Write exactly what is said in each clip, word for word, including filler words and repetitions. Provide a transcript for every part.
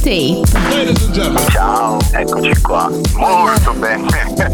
Tape. Ciao, eccoci qua. Molto bene.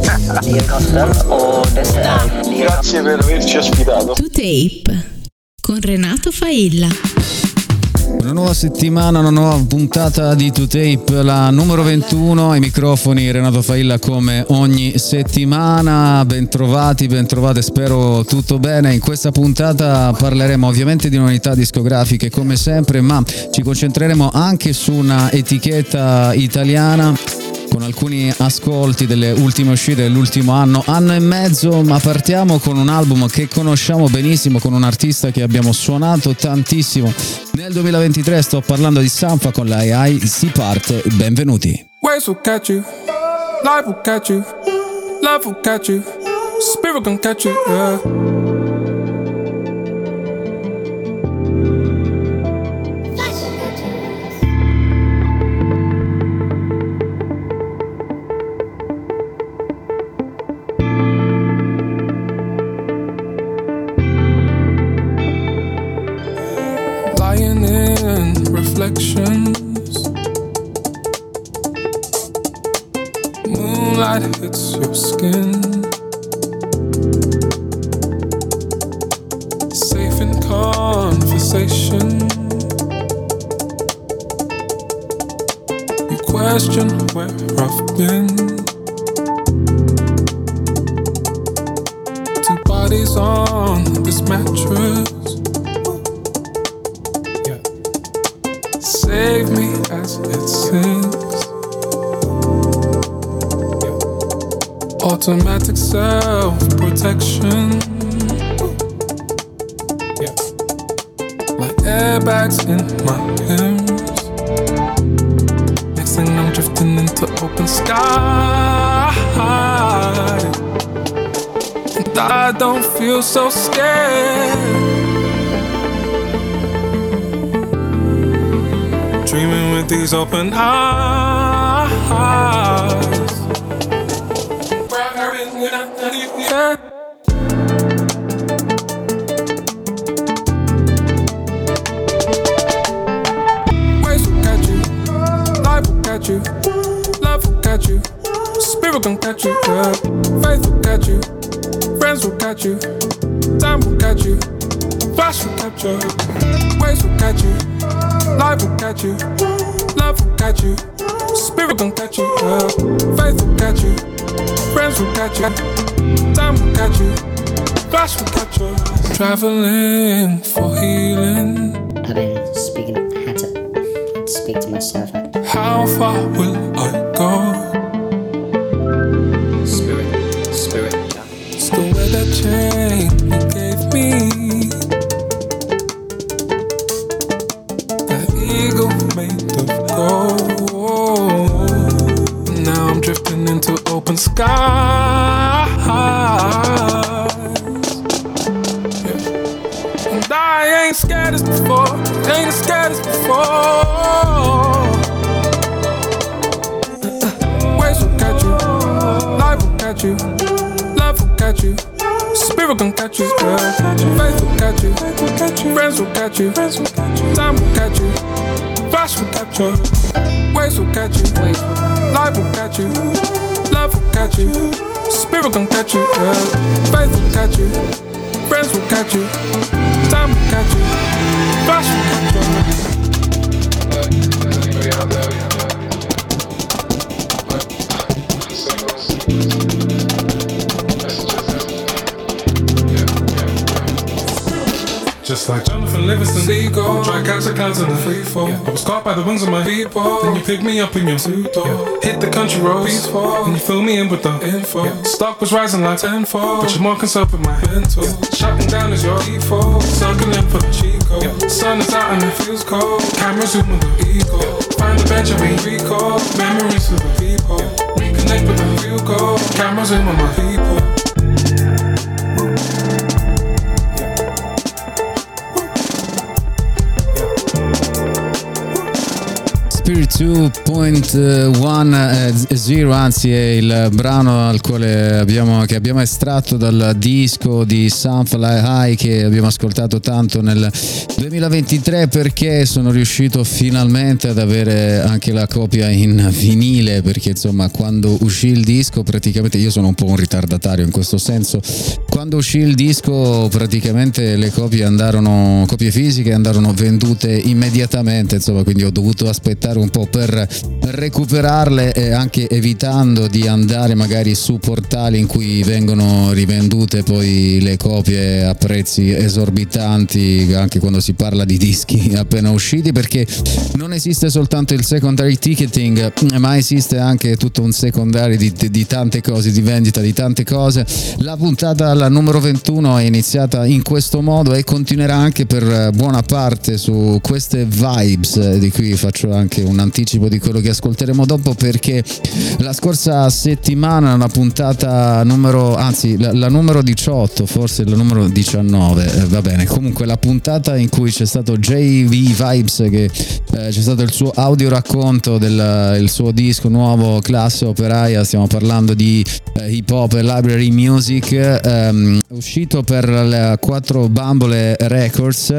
Grazie per averci ospitato. To Tape con Renato Failla. Una nuova settimana, una nuova puntata di To Tape, la numero ventuno, ai microfoni Renato Failla come ogni settimana. Bentrovati, bentrovate, spero tutto bene. In questa puntata parleremo ovviamente di novità discografiche come sempre, ma ci concentreremo anche su una etichetta italiana con alcuni ascolti delle ultime uscite dell'ultimo anno, anno e mezzo, ma partiamo con un album che conosciamo benissimo, con un artista che abbiamo suonato tantissimo nel duemilaventitré. Sto parlando di Sampha con l'A I. Si parte, benvenuti. Waves will catch you, life will catch you, love will catch you, spirit can catch you, yeah. Reflections, moonlight hits your skin, safe in conversation. You question where I've been. Two bodies on this mattress. Save me as it sinks. Yeah. Automatic self-protection. Yeah. Like airbags in my limbs. Next thing I'm drifting into open sky. And I don't feel so scared. Dreaming with these open eyes. Where I've been when I need you. Waves will catch you, life will catch you, love will catch you, spirit can catch you, yeah. Faith will catch you, friends will catch you, time will catch you, flash will catch you. Waves will catch you, life will catch you, love will catch you, spirit gon' catch you, yeah. Faith will catch you, friends will catch you, time will catch you, flash will catch you. Traveling for healing. I've been speaking, I had to speak to myself. How far will I go? Spirit, spirit. Still wear that chain you gave me. Made of gold. Now I'm drifting into open skies. Yeah. And I ain't scared as before. Ain't as scared as before. Waves will catch you, life will catch you, love will catch you, spirit gon' catch you, yeah. Faith will catch you, friends will catch you, time will catch you, flash will catch you, waves will catch you, life will catch you, love will catch you, spirit gon' catch you, yeah. Faith will catch you, friends will catch you, time will catch you, flash will catch you. Just like Jonathan Livingston, Seagull, try catch the clouds in a free fall. Yeah. I was caught by the wings of my people. Then you picked me up in your suit. Yeah. Hit the country roads, peaceful, and you fill me in with the info. Yeah. Stock was rising like tenfold, but you're more concerned with my mental. Yeah. Shutting down is your default, circling for the Chico. Yeah. Sun is out and it feels cold. Camera zooming the ego. Yeah. Find the bench and we recall memories of the people. Yeah. Reconnect with the real goal. Camera zoom on my people. Spirit due punto zero, anzi è il brano al quale abbiamo, che abbiamo estratto dal disco di Some Fly High che abbiamo ascoltato tanto nel duemilaventitré, perché sono riuscito finalmente ad avere anche la copia in vinile, perché insomma quando uscì il disco praticamente, io sono un po' un ritardatario in questo senso, quando uscì il disco praticamente le copie andarono, copie fisiche andarono vendute immediatamente, insomma, quindi ho dovuto aspettare un po' per recuperarle, e anche evitando di andare magari su portali in cui vengono rivendute poi le copie a prezzi esorbitanti, anche quando si parla di dischi appena usciti, perché non esiste soltanto il secondary ticketing, ma esiste anche tutto un secondary di, di tante cose, di vendita di tante cose. La puntata alla numero ventuno è iniziata in questo modo e continuerà anche per buona parte su queste vibes, di cui faccio anche un anticipo di quello che ascolteremo dopo, perché la scorsa settimana, la puntata numero, anzi la, la numero diciotto, forse la numero diciannove, eh, va bene, comunque la puntata in cui c'è stato J V Vibes, che eh, c'è stato il suo audio racconto del il suo disco nuovo Classe Operaia, stiamo parlando di eh, hip hop e library music, ehm, uscito per la Quattro Bambole Records,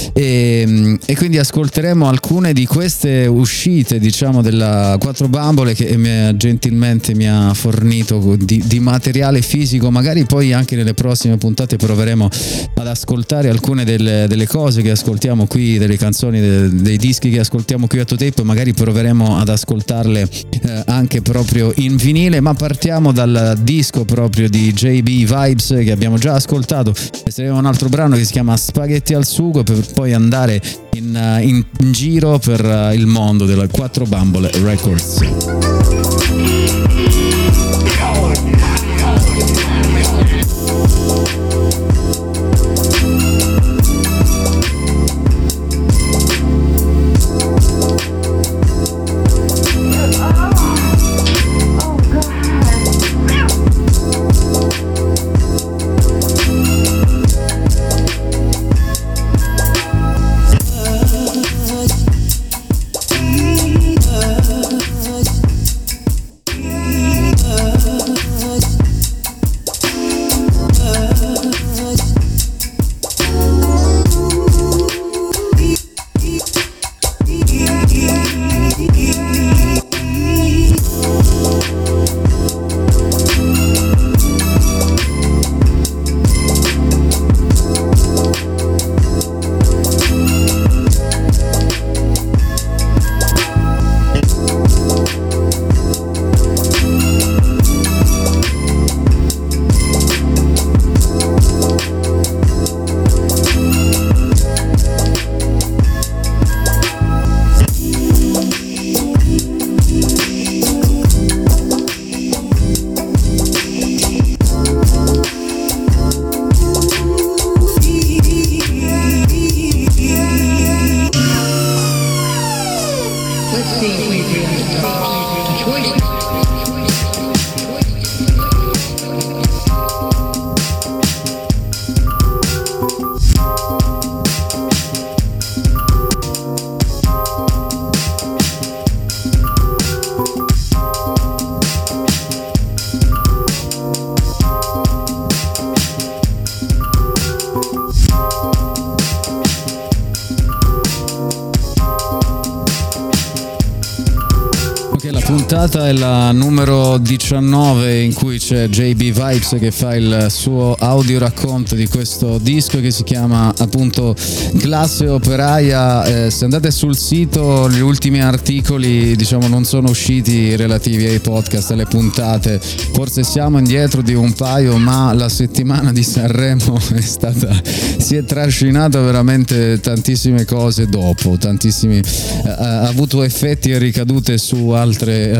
e, e quindi ascolteremo alcune di queste uscite, diciamo, della Quattro Bambole, che mi, gentilmente mi ha fornito di, di materiale fisico. Magari poi anche nelle prossime puntate proveremo ad ascoltare alcune delle, delle cose che ascoltiamo qui, delle canzoni, dei, dei dischi che ascoltiamo qui a To Tape, magari proveremo ad ascoltarle eh, anche proprio in vinile, ma partiamo dal disco proprio di J B Vibes che abbiamo già ascoltato. Estraiamo un altro brano che si chiama Spaghetti al sugo, per poi andare in, in, in giro per il mondo della Quattro Bambole Records. Puntata è la numero diciannove, in cui c'è J B Vibes che fa il suo audio racconto di questo disco che si chiama appunto Classe Operaia. Eh, se andate sul sito, gli ultimi articoli, diciamo, non sono usciti relativi ai podcast, alle puntate, forse siamo indietro di un paio, ma la settimana di Sanremo è stata, si è trascinata veramente tantissime cose dopo, tantissimi, eh, ha avuto effetti e ricadute su altre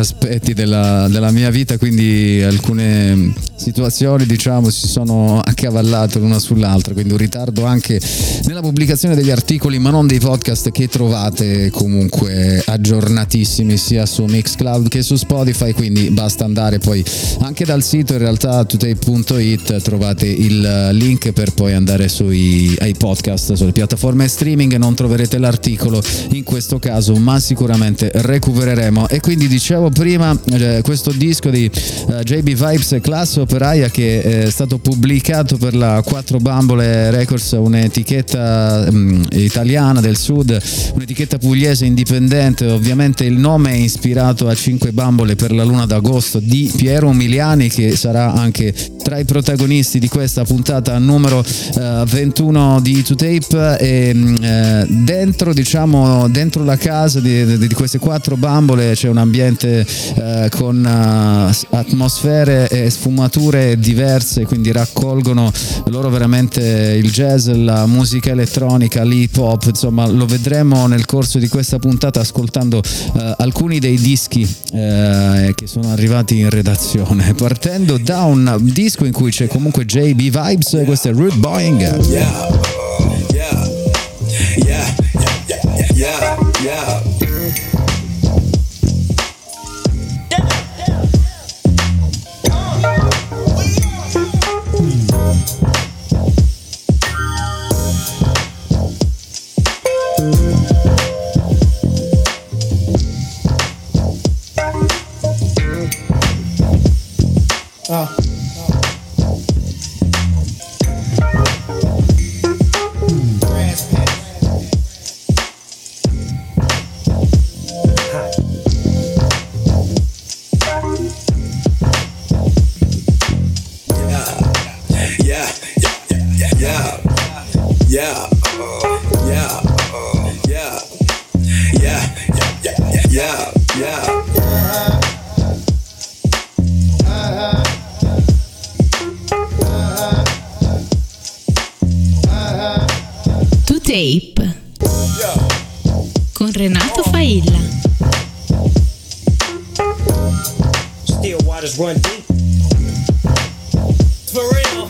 aspetti della, della mia vita, quindi alcune situazioni diciamo si sono accavallate l'una sull'altra, quindi un ritardo anche nella pubblicazione degli articoli ma non dei podcast, che trovate comunque aggiornatissimi sia su Mixcloud che su Spotify, quindi basta andare poi anche dal sito in realtà today punto it, trovate il link per poi andare sui ai podcast sulle piattaforme streaming. Non troverete l'articolo in questo caso ma sicuramente recupereremo. E quindi dicevo prima eh, questo disco di eh, J B Vibes Classe Operaia che è stato pubblicato per la Quattro Bambole Records, un'etichetta mh, italiana del sud, un'etichetta pugliese indipendente. Ovviamente il nome è ispirato a Cinque Bambole per la luna d'agosto di Piero Umiliani, che sarà anche tra i protagonisti di questa puntata numero eh, ventuno di To Tape. E eh, dentro diciamo dentro la casa di, di, di queste quattro bambole c'è un ambiente eh, con uh, atmosfere e sfumature diverse, quindi raccolgono loro veramente il jazz, la musica elettronica, l'hip hop, insomma lo vedremo nel corso di questa puntata ascoltando uh, alcuni dei dischi uh, che sono arrivati in redazione, partendo da un disco in cui c'è comunque J B Vibes. Questo è Rude Boying. Yeah, yeah, yeah, yeah, yeah, yeah. Uh. Yeah, uh, yeah, uh, yeah, yeah, yeah, yeah, yeah, yeah. To Tape con Renato Failla. Still waters run deep. For real.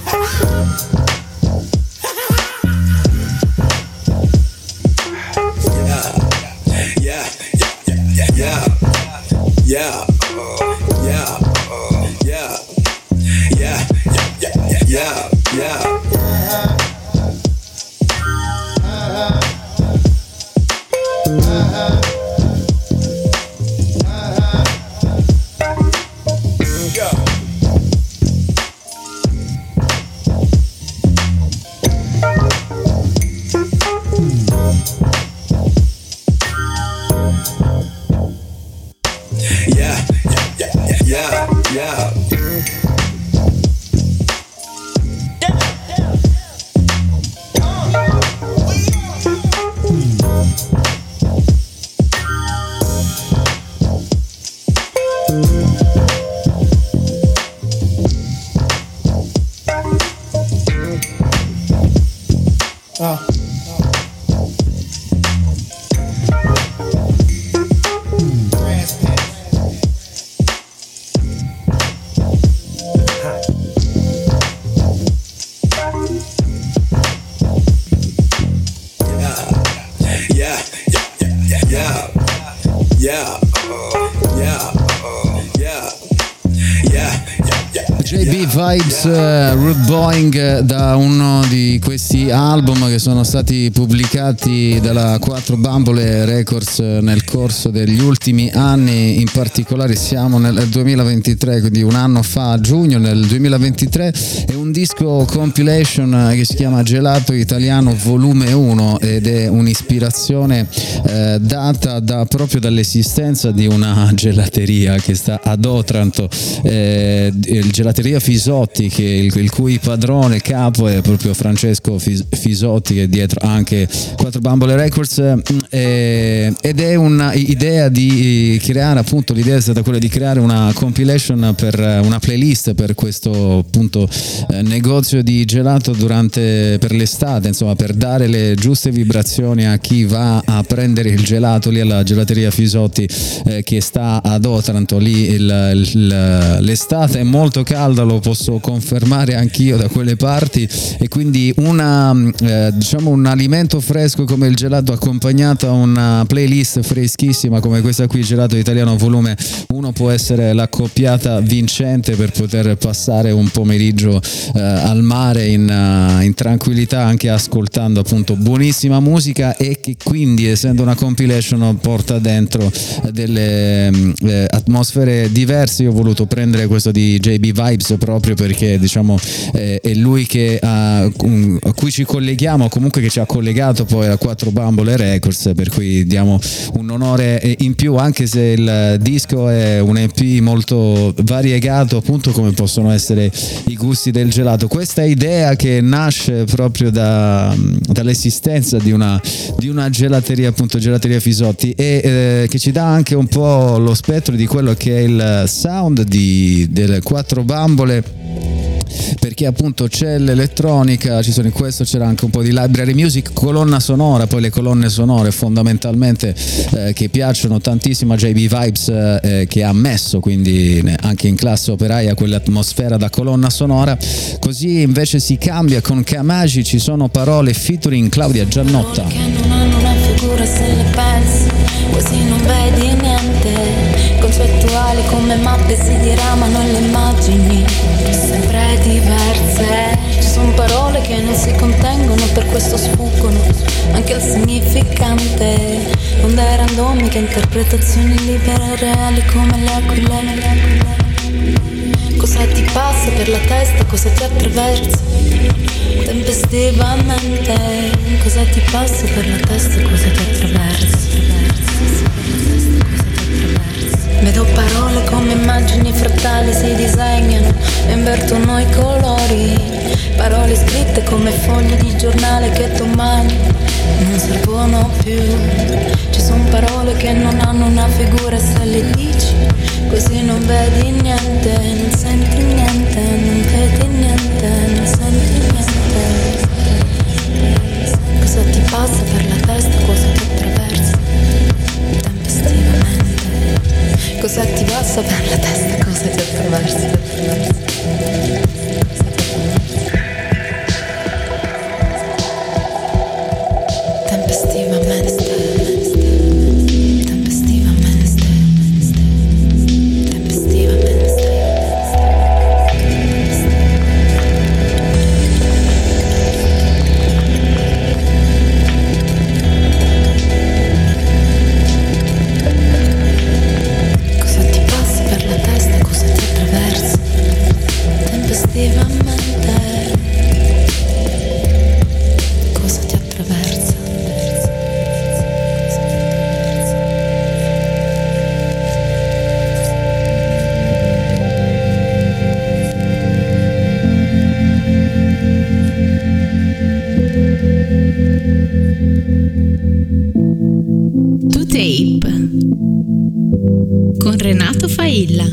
Yeah, yeah, yeah, yeah, yeah, uh, yeah, uh, yeah, yeah, yeah, yeah, yeah. Yeah, yeah. Uh. J B Vibes, uh, Rude Boying, da uno di questi album che sono stati pubblicati dalla Quattro Bambole Records nel corso degli ultimi anni. In particolare siamo nel duemilaventitré, quindi un anno fa, a giugno del duemilaventitré. È un disco compilation che si chiama Gelato Italiano volume uno ed è un'ispirazione eh, data da, proprio dall'esistenza di una gelateria che sta ad Otranto, eh, il gelateria Fisotti, che il, il cui padrone capo è proprio Francesco Fis, Fisotti, che è dietro anche Quattro Bambole Records, eh, ed è un'idea di creare, appunto l'idea è stata quella di creare una compilation per una playlist per questo appunto eh, eh, negozio di gelato durante per l'estate, insomma, per dare le giuste vibrazioni a chi va a prendere il gelato lì alla gelateria Fisotti, eh, che sta ad Otranto. Lì il, il, l'estate è molto calda, lo posso confermare anch'io da quelle parti, e quindi una eh, diciamo un alimento fresco come il gelato accompagnato a una playlist freschissima come questa qui, Gelato Italiano Volume uno, può essere l'accoppiata vincente per poter passare un pomeriggio eh, al mare in, uh, in tranquillità, anche ascoltando appunto buonissima musica, e che quindi, essendo una compilation, porta dentro delle eh, atmosfere diverse. Io ho voluto prendere questo di J B Vibes proprio perché, diciamo, eh, è lui che ha, um, a cui ci colleghiamo, comunque che ci ha collegato poi a Quattro Bambole Records, per cui diamo un onore in più, anche se il disco è un E P molto variegato, appunto come possono essere i gusti del gelato. Questa idea che nasce proprio da, dall'esistenza di una, di una gelateria, appunto Gelateria Fisotti, e eh, che ci dà anche un po' lo spettro di quello che è il sound di, delle Quattro Bambole, perché appunto c'è l'elettronica, ci sono in questo, c'era anche un po' di library music, colonna sonora. Poi le colonne sonore fondamentalmente eh, che piacciono tantissimo a J B Vibes, eh, che ha messo quindi anche in Classe Operaia quell'atmosfera da colonna sonora. Così invece si cambia con Kamagi, ci sono parole featuring Claudia Giannotta. Che non hanno una figura, se le pensi così non vedi niente, concettuali come mappe si diramano le immagini sempre diverse. Ci sono parole che non si contengono, per questo sfuggono anche il significante. Onde randomiche, interpretazioni libere e reali come l'aquila. Cosa ti passa per la testa, cosa ti attraversa tempestivamente? Cosa ti passa per la testa, cosa ti attraversa? Vedo parole come immagini frattali, si disegnano e invertono i colori. Parole scritte come fogli di giornale che domani non servono più. Ci sono parole che non hanno una figura, se le dici così non vedi niente, non senti niente, non vedi niente, non senti niente. Cosa ti passa per la testa, cosa ti attraversa tempestivamente? Cosa ti passa per la testa, cosa ti attraversa? Tempestivamente. Tempestivamente. Tempestivamente. Cosa ti passa per la testa, cosa ti attraversa? Tempestivamente. Cosa ti attraversa? To Tape con Renato Failla.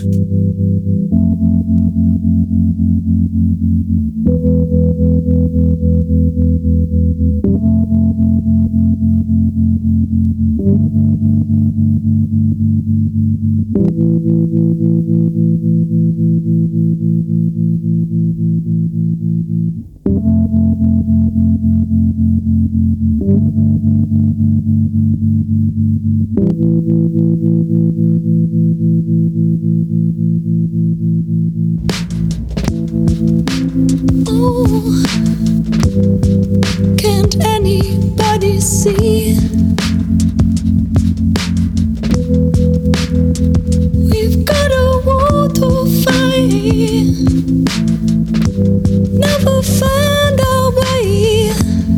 Oh, can't anybody see? We've got a war to fight. Never find our way,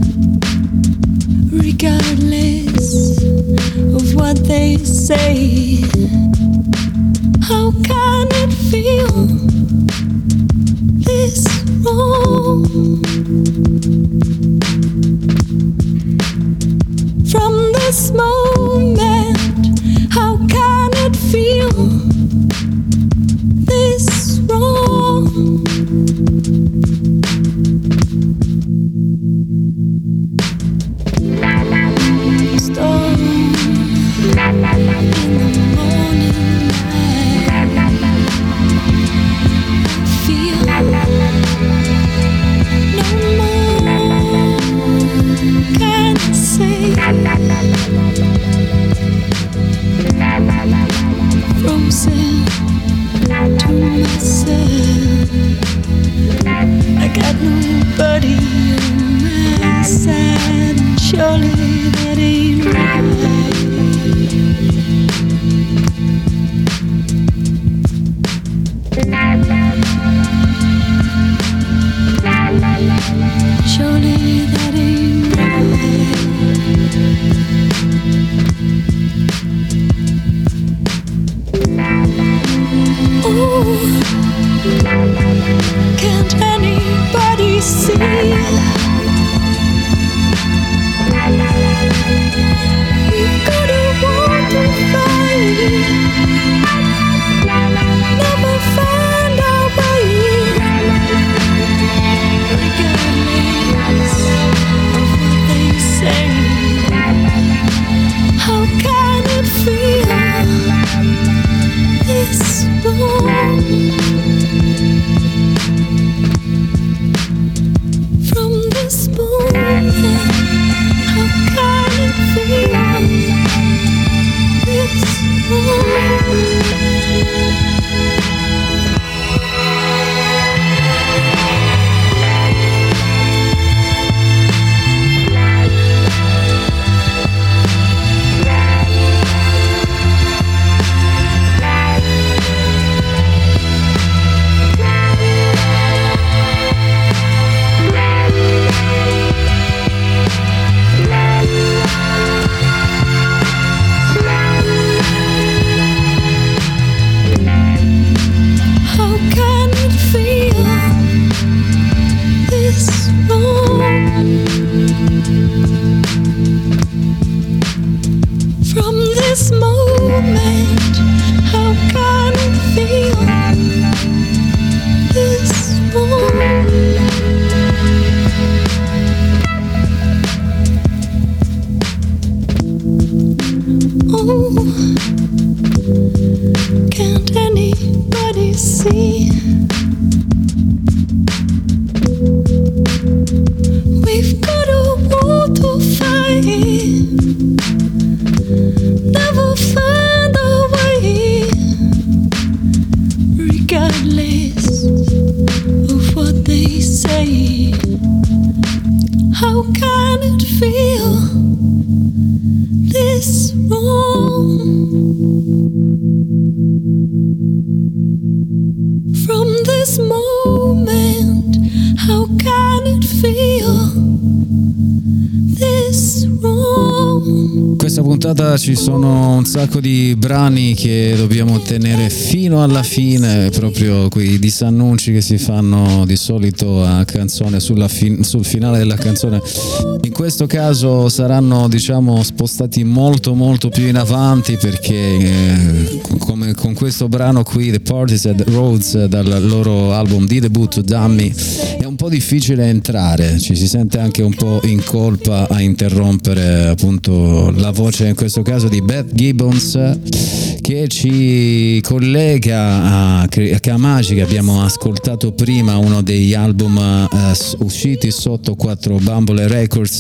regardless of what they say. How can it feel this wrong? From this moment, how can it feel this wrong? surely that ain't right. Surely that ain't right. Ooh, can't anybody see? We've got a war to fight, never find our way, regardless of what they say. How can it feel this wrong? From this moment, how can it feel this wrong? How can it feel this wrong? From this moment, how can it feel this wrong? Oh, can't anybody see? We've got a war to fight, never find our way, regardless of what they say. How can it feel this wrong? From this moment, how can it feel this wrong? Questa puntata ci sono un sacco di brani che dobbiamo tenere fino alla fine, proprio quei disannunci che si fanno di solito a canzone sulla fin- sul finale della canzone. In questo caso saranno, diciamo, spostati molto molto più in avanti, perché eh, come con questo brano qui, The Portishead Roads, dal loro album di debutto Dummy, è un po' difficile entrare, ci si sente anche un po' in colpa a interrompere appunto la voce, in questo caso di Beth Gibbons, che ci collega a Kamaji, che abbiamo ascoltato prima, uno degli album uh, usciti sotto quattro Bambole Records.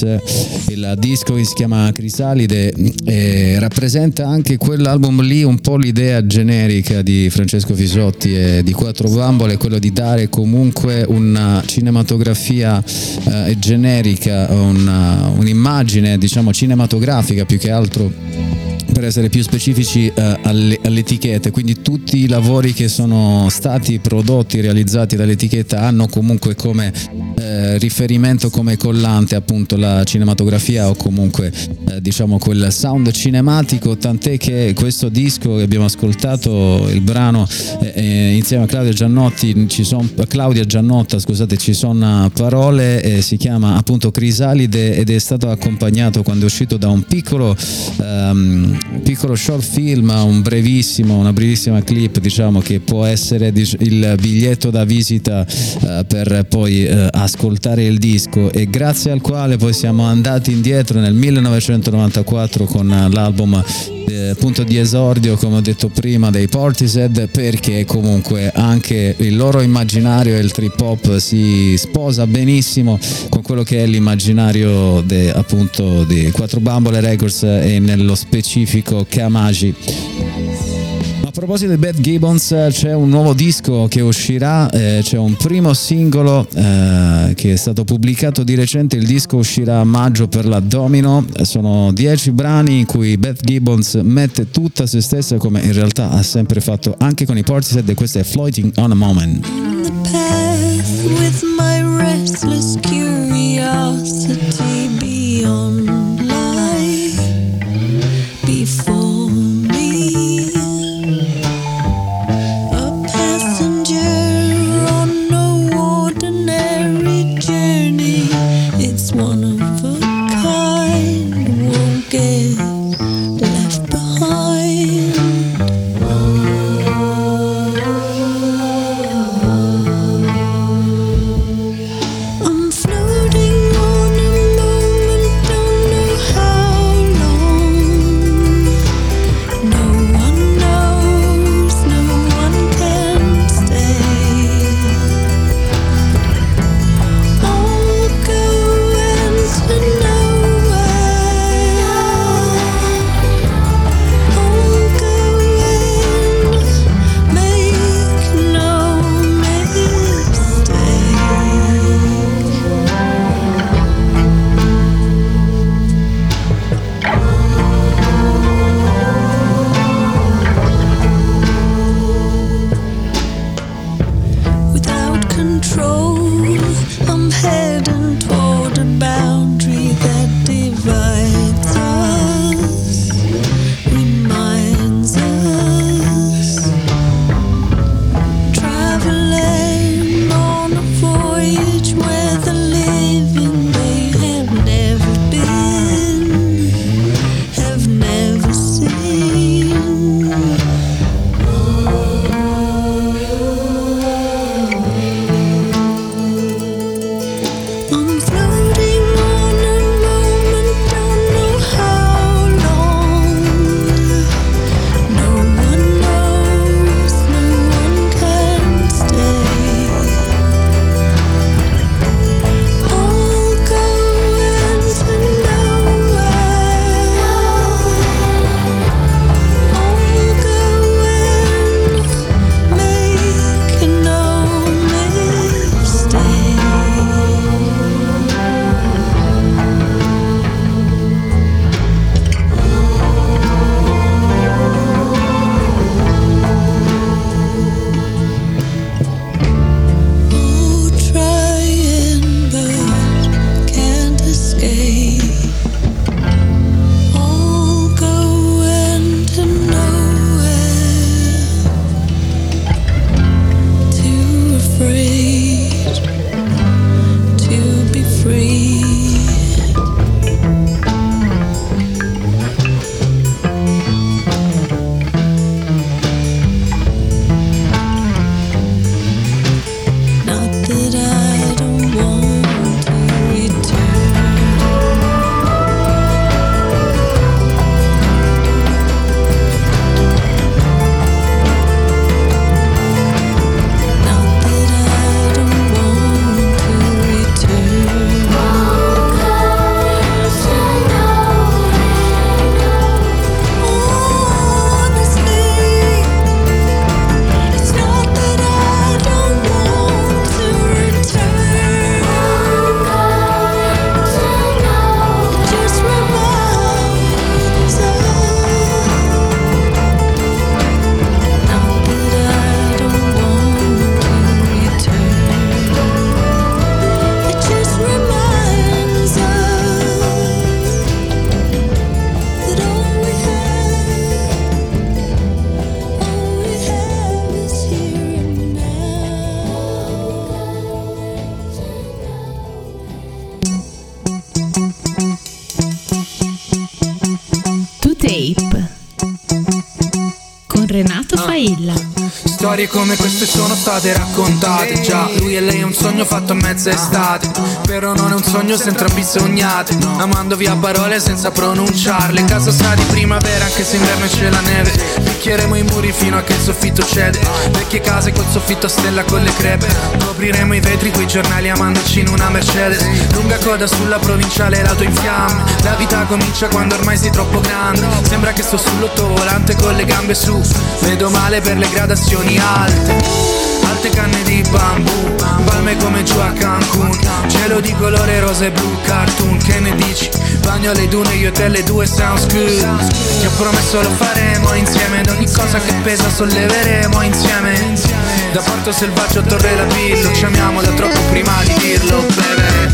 Il disco che si chiama Crisalide e rappresenta anche quell'album lì un po' l'idea generica di Francesco Fisotti e di Quattro Bambole, quello di dare comunque una cinematografia uh, generica, una, un'immagine, diciamo, cinematografica più che altro, per essere più specifici uh, alle, alle etichette. Quindi tutti i lavori che sono stati prodotti, realizzati dall'etichetta, hanno comunque come uh, riferimento, come collante appunto la cinematografia, o comunque uh, diciamo quel sound cinematico, tant'è che questo disco che abbiamo ascoltato, il brano eh, eh, insieme a Claudia Giannotti, ci son, Claudia Giannotta scusate, ci sono parole, eh, si chiama appunto Crisalide, ed è stato accompagnato, quando è uscito, da un piccolo um, piccolo short film, un brevissimo, una brevissima clip, diciamo, che può essere il biglietto da visita uh, per poi uh, ascoltare il disco, e grazie al quale poi siamo andati indietro nel millenovecentonovantaquattro con l'album eh, punto di esordio, come ho detto prima, dei Portishead, perché comunque anche il loro immaginario e il trip hop si sposa benissimo con quello che è l'immaginario de, appunto di Quattro Bambole Records e nello specifico Kamaji. Ma proposito di Beth Gibbons, c'è un nuovo disco che uscirà, eh, c'è un primo singolo eh, che è stato pubblicato di recente, il disco uscirà a maggio per la Domino, sono dieci brani in cui Beth Gibbons mette tutta se stessa come in realtà ha sempre fatto anche con i Portishead, e questo è Floating on a Moment. On the path with my restless curiosity beyond life before me, a passenger on no ordinary journey. It's one of a kind, won't get left behind. I'm floating on a moment, don't know how long. No one knows, no one can stay. All going to nowhere. All going, make no mistake. Without control, I'm heading toward a boundary that divides us, reminds us. Traveling on a voyage where the living they have never been, have never seen. I'm floating on a moment, don't know how long. No one knows, no one can stay. All going to nowhere. All going, make no mistake. Oh, trying but can't escape. All going to nowhere. Too afraid to be free. Not that I don't want to return. Not that I don't want to return. Honestly, it's not that I don't want to return. It just reminds us. Not that I don't want to return. It just reminds us that all we have, all we have is here and now. To Tape con Renato Failla. Storie come queste sono state raccontate. Già, lui e lei è un sogno fatto a mezza estate. Però non è un sogno se entrambi sognate. Amando via parole senza pronunciarle. Casa sa di primavera anche se inverno c'è la neve. Picchieremo i muri fino a che il soffitto cede. Vecchie case col soffitto a stella con le crepe. Copriremo i vetri coi giornali amandoci in una Mercedes. Lunga coda sulla provinciale, l'auto in fiamme. La vita comincia quando ormai sei troppo grande. Sembra che sto sull'ottovolante con le gambe su. Vedo male per le gradazioni alte, alte canne di bambù, palme come giù a Cancun, cielo di colore rosa e blu, cartoon, che ne dici? Bagno alle dune, io e te le due, sounds good. Ti ho promesso lo faremo insieme, ed ogni cosa che pesa solleveremo insieme. Da Porto Selvaggio a Torre la Pillo, ci amiamo da troppo prima di dirlo, bebe.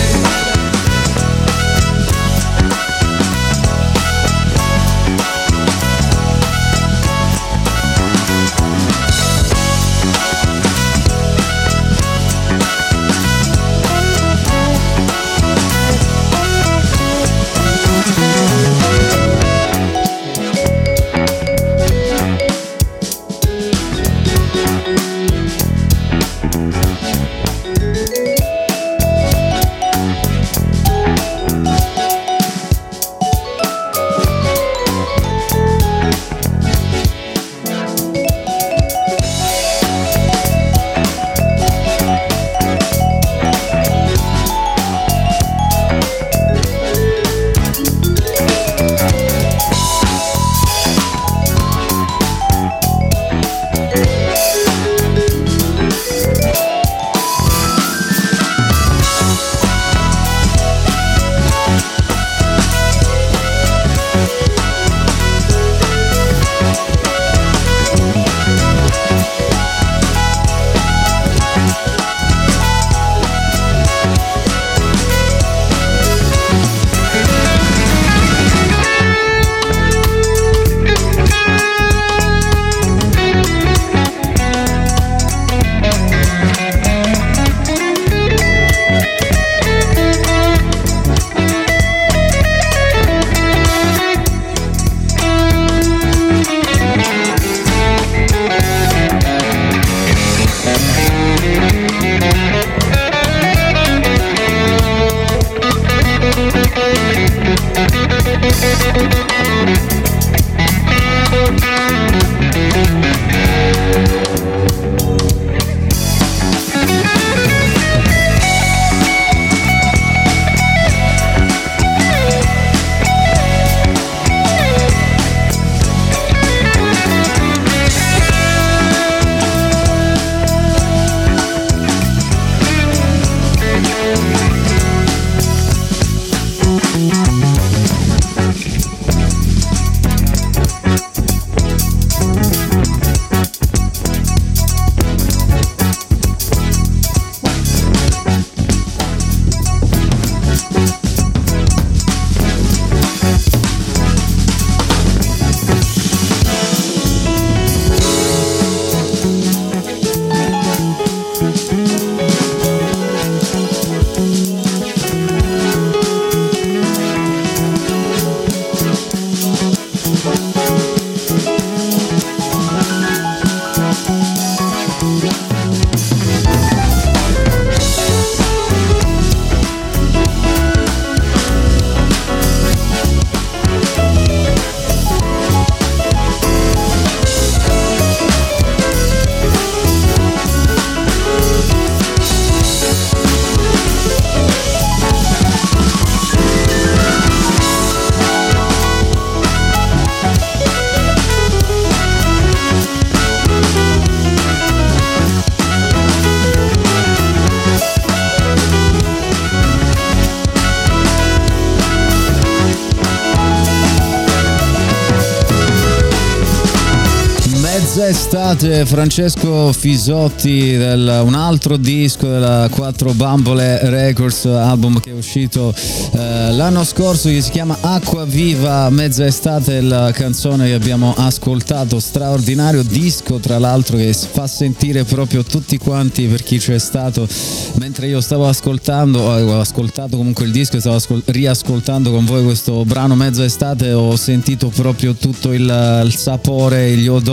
Estate, Francesco Fisotti, del, un altro disco della Quattro Bambole Records, album che è uscito eh, l'anno scorso, che si chiama Acqua Viva. Mezza estate, la canzone che abbiamo ascoltato, straordinario disco tra l'altro, che fa sentire proprio tutti quanti, per chi c'è stato mentre io stavo ascoltando, ho ascoltato comunque il disco e stavo ascol- riascoltando con voi questo brano Mezza estate, ho sentito proprio tutto il, il sapore, gli odori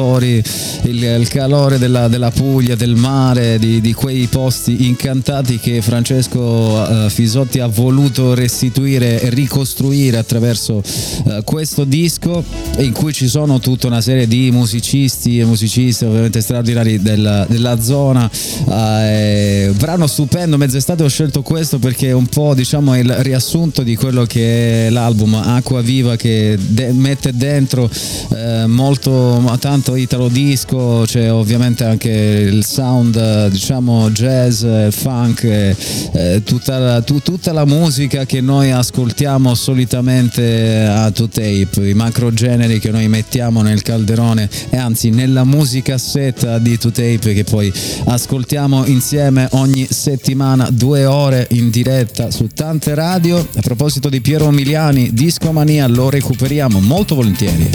il, il calore della, della Puglia, del mare, di, di quei posti incantati che Francesco uh, Fisotti ha voluto restituire e ricostruire attraverso uh, questo disco, in cui ci sono tutta una serie di musicisti e musiciste ovviamente straordinari della, della zona. Uh, brano stupendo, mezz'estate ho scelto questo perché è un po', diciamo, il riassunto di quello che è l'album Acqua Viva, che de- mette dentro eh, molto, tanto italo disco, c'è ovviamente anche il sound, diciamo, jazz, funk, eh, tutta, la, tu, tutta la musica che noi ascoltiamo solitamente a To Tape, i macro generi che noi mettiamo nel calderone e anzi nella musicassetta di To Tape, che poi ascoltiamo insieme ogni settimana, due ore in diretta su tante radio. A proposito di Piero Miliani, Discomania, lo recuperiamo molto volentieri.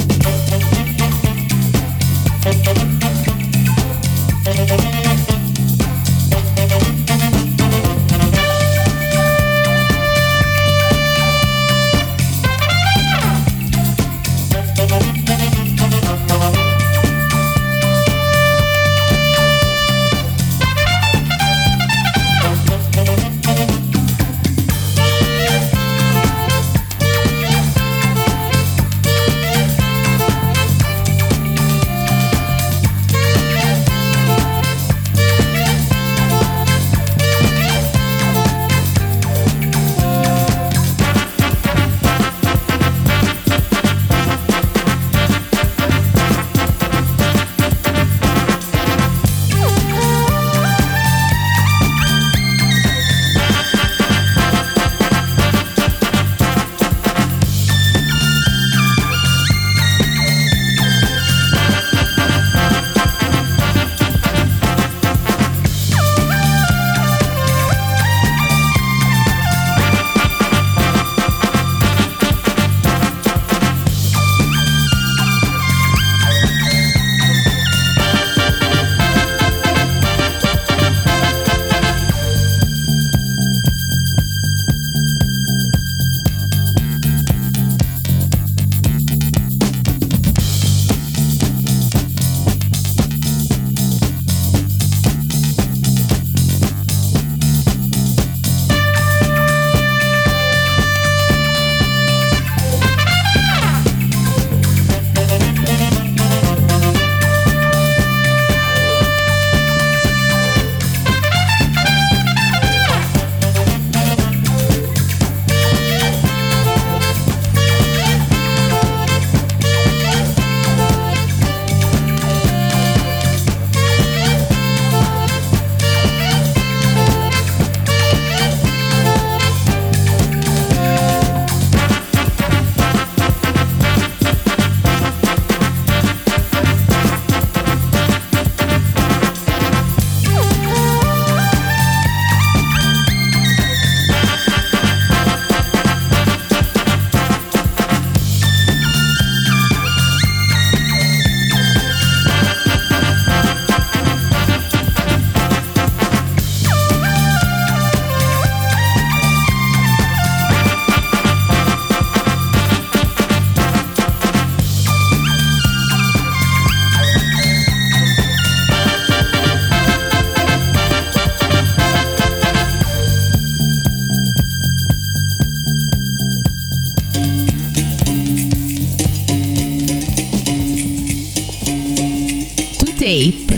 Tape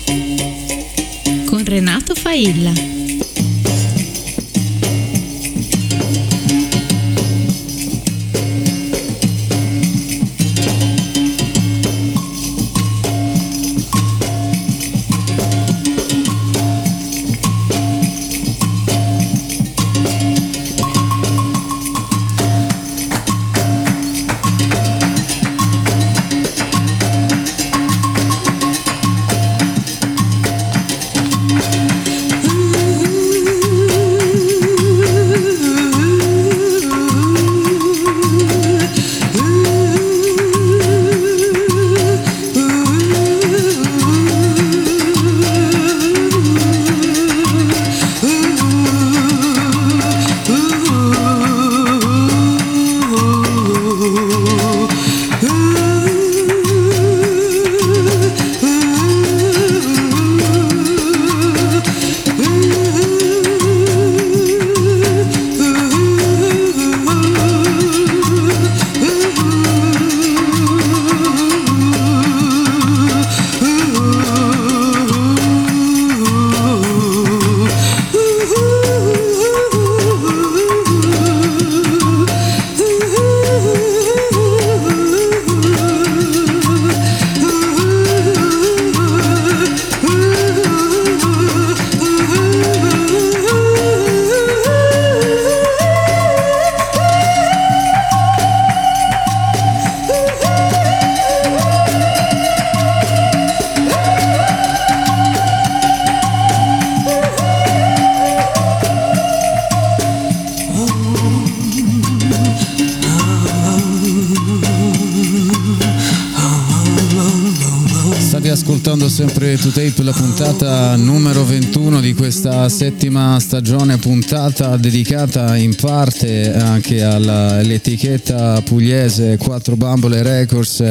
con Renato Failla. Ooh. State ascoltando sempre To Tape, la puntata numero ventuno di questa settima stagione, puntata dedicata in parte anche alla, all'etichetta pugliese Quattro Bambole Records,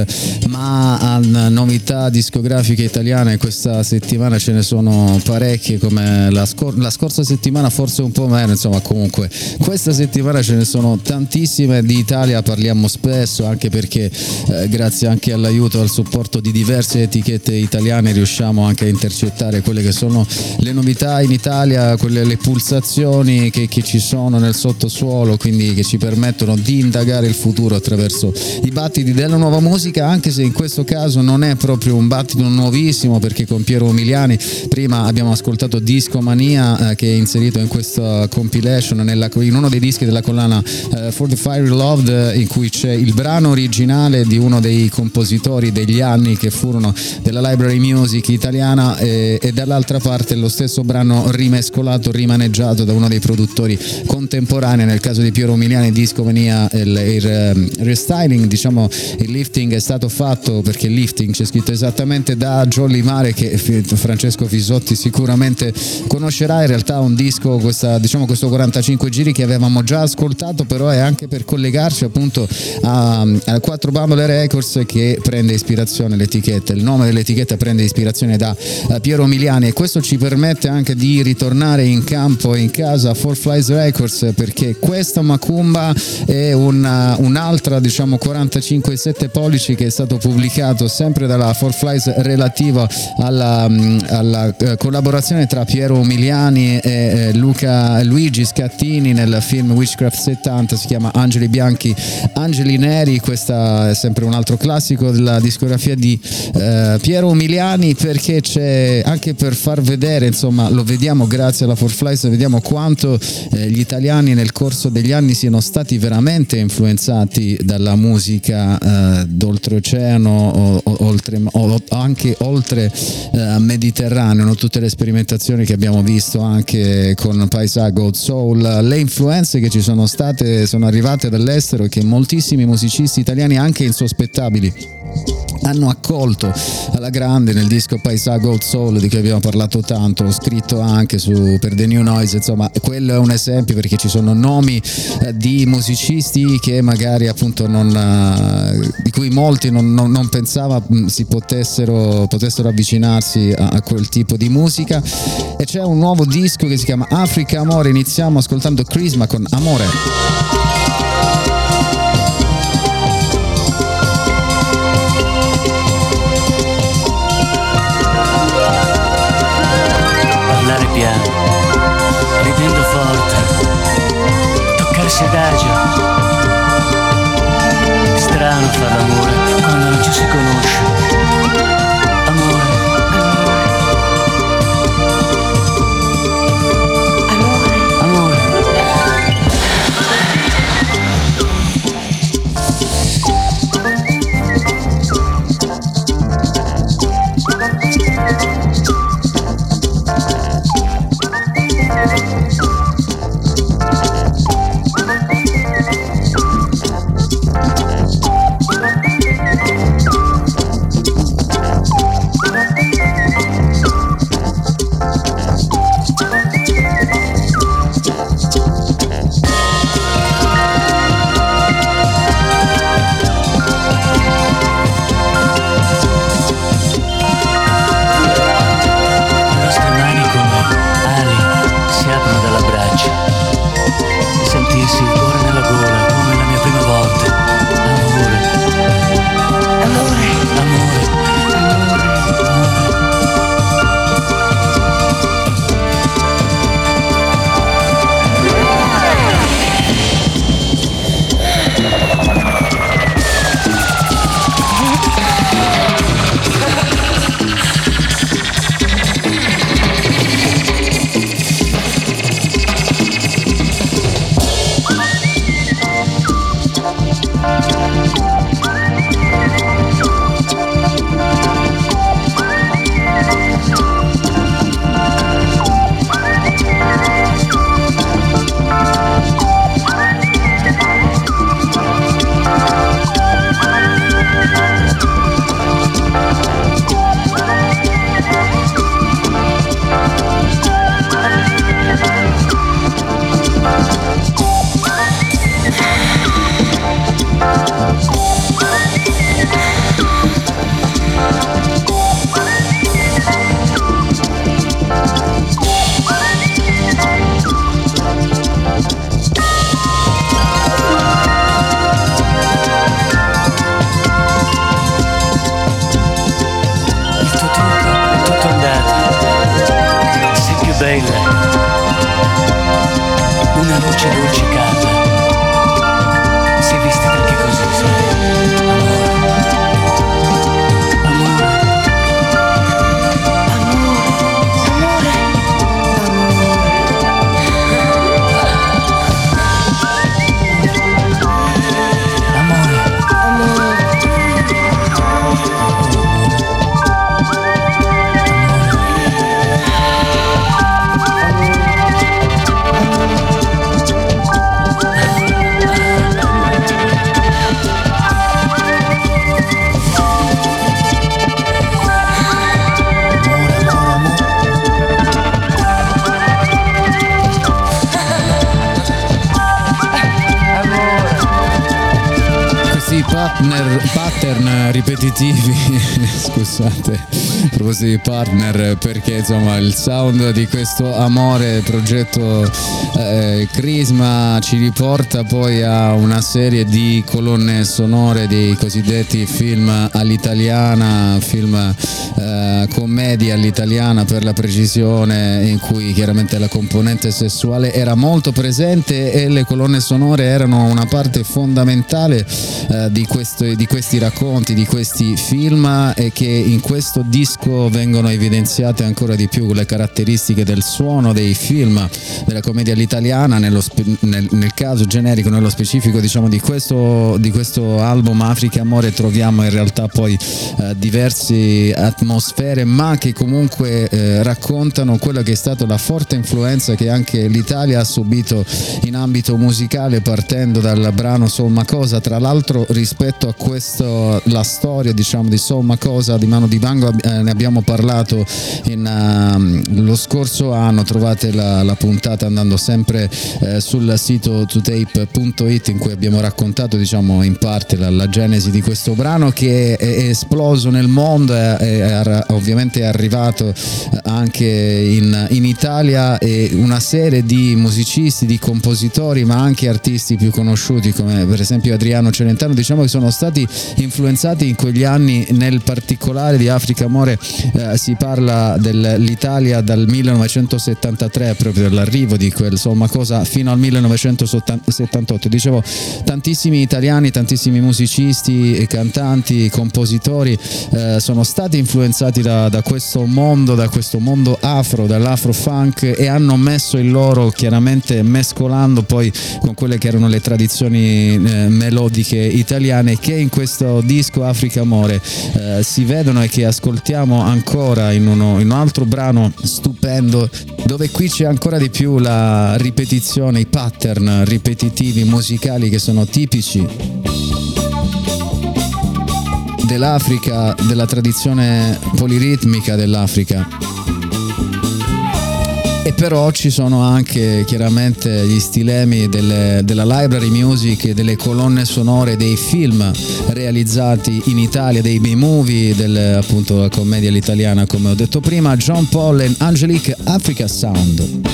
ma a novità discografiche italiane. Questa settimana ce ne sono parecchie, come la, scor- la scorsa settimana forse un po' meno, insomma comunque questa settimana ce ne sono tantissime. Di Italia parliamo spesso, anche perché eh, grazie anche all'aiuto e al supporto di diverse etichette italiane riusciamo anche a intercettare quelle che sono le novità in Italia, quelle, le pulsazioni che, che ci sono nel sottosuolo, quindi che ci permettono di indagare il futuro attraverso i battiti della nuova musica, anche se in questo caso non è proprio un battito nuovissimo, perché con Piero Umiliani prima abbiamo ascoltato Discomania eh, che è inserito in questa compilation, nella, in uno dei dischi della collana eh, For the Fire Loved, in cui c'è il brano originale di uno dei compositori degli anni che furono della Library Music italiana, e, e dall'altra parte lo stesso brano rimescolato, rimaneggiato da uno dei produttori contemporanei. Nel caso di Piero Umiliani, Discomania, il, il restyling, diciamo il lifting è stato fatto, perché il lifting c'è scritto esattamente, da Jolly Mare, che Francesco Fisotti sicuramente conoscerà. In realtà un disco, questa, diciamo questo quarantacinque giri che avevamo già ascoltato, però è anche per collegarci appunto a, a Quattro Bambole Records, che prende ispirazione l'etichetta, il nome dell'etichetta prende ispirazione da uh, Piero Umiliani, e questo ci permette anche di ritornare in campo, in casa, Four Flies Records, perché questa Macumba è una, un'altra, diciamo quarantacinque sette pollici, che è stato pubblicato sempre dalla Four Flies, relativo alla, alla uh, collaborazione tra Piero Umiliani e eh, Luca Luigi Scattini nel film Witchcraft settanta, si chiama Angeli Bianchi, Angeli Neri. Questa è sempre un altro classico della discografia di eh, Piero Umiliani, perché c'è anche per far vedere, insomma lo vediamo grazie alla Four Flies, vediamo quanto eh, gli italiani nel corso degli anni siano stati veramente influenzati dalla musica eh, d'oltreoceano, o, o, oltre, o anche oltre eh, Mediterraneo, no? Tutte le sperimentazioni che abbiamo visto anche con Paisa, Gold Soul, le influenze che ci sono state sono arrivate dall'estero, e che moltissimi musicisti italiani, anche insospettabili, hanno accolto alla grande nel disco Paisa Gold Soul, di cui abbiamo parlato tanto. Ho scritto anche su per The New Noise, insomma quello è un esempio, perché ci sono nomi eh, di musicisti che magari appunto non eh, di cui molti non, non, non pensava mh, si potessero potessero avvicinarsi a, a quel tipo di musica. E c'è un nuovo disco che si chiama Africa Amore. Iniziamo ascoltando Crisma con Amore. Piano, ridendo forte, toccarsi adagio. Strano far l'amore quando non ci si conosce. Amore, amore, amore, bella, una luce dolce casa, si è vestita anche così, sai, amore, amore, amore, amore, partner, pattern ripetitivi scusate, a proposito di partner, perché insomma il sound di questo Amore, progetto eh, Crisma, ci riporta poi a una serie di colonne sonore dei cosiddetti film all'italiana, film eh, commedia all'italiana per la precisione, in cui chiaramente la componente sessuale era molto presente e le colonne sonore erano una parte fondamentale eh, di, questo, di questi racconti, di questi film, e che in questo disco vengono evidenziate ancora di più le caratteristiche del suono dei film della commedia all'italiana. Nello spe, nel, nel caso generico, nello specifico diciamo di questo, di questo album Africa Amore, troviamo in realtà poi eh, diverse atmosfere, ma che comunque eh, raccontano quella che è stata la forte influenza che anche l'Italia ha subito in ambito musicale, partendo dal brano Soul Makossa. Tra l'altro, rispetto a questo, la storia diciamo di Soul Makossa di Manu Dibango, eh, ne abbiamo parlato in, uh, lo scorso anno. Trovate la, la puntata andando sempre eh, sul sito two tape punto it, in cui abbiamo raccontato diciamo in parte la, la genesi di questo brano, che è, è esploso nel mondo, è, è, è ovviamente è arrivato anche in, in Italia, e una serie di musicisti, di compositori, ma anche artisti più conosciuti come per esempio Adriano Celentano, diciamo che sono stati influenzati in quegli anni. Nel particolare di Africa Amore eh, si parla dell'Italia dal millenovecentosettantatré, proprio dall'arrivo di quel Soul Makossa, fino al millenovecentosettantotto. Dicevo, tantissimi italiani, tantissimi musicisti e cantanti, compositori eh, sono stati influenzati da, da questo mondo, da questo mondo afro, dall'afro funk, e hanno messo il loro, chiaramente mescolando poi con quelle che erano le tradizioni eh, melodiche italiane, che in questo disco Africa Amore eh, si vedono e che ascoltiamo ancora in, uno, in un altro brano stupendo, dove qui c'è ancora di più la ripetizione, i pattern ripetitivi musicali che sono tipici dell'Africa, della tradizione poliritmica dell'Africa. E però ci sono anche chiaramente gli stilemi delle, della library music, delle colonne sonore dei film realizzati in Italia, dei B-movie, del, appunto la commedia all'italiana, come ho detto prima. John Paul e Angelique, Africa Sound.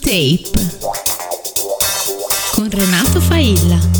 Tape con Renato Failla.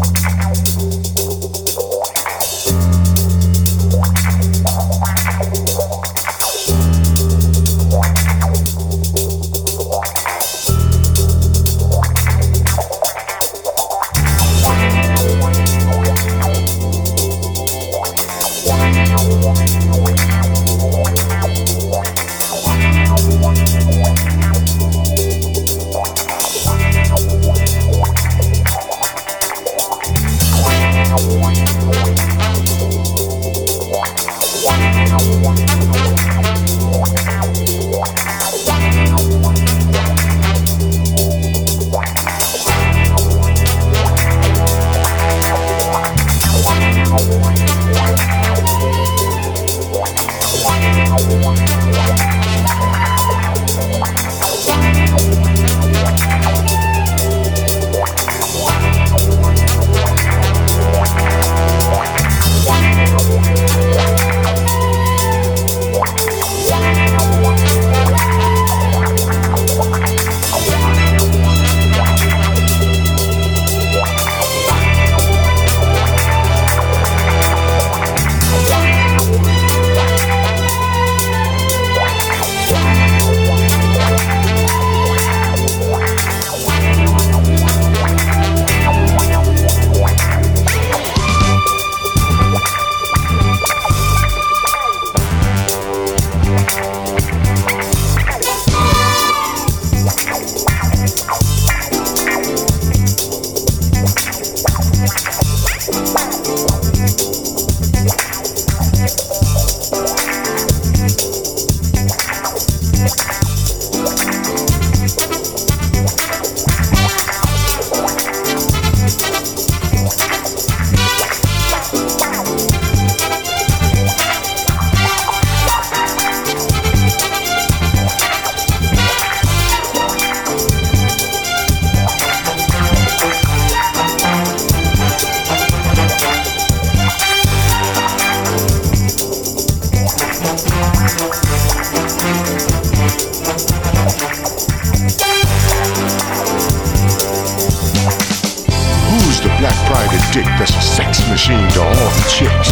dick that's a sex machine to all the chicks.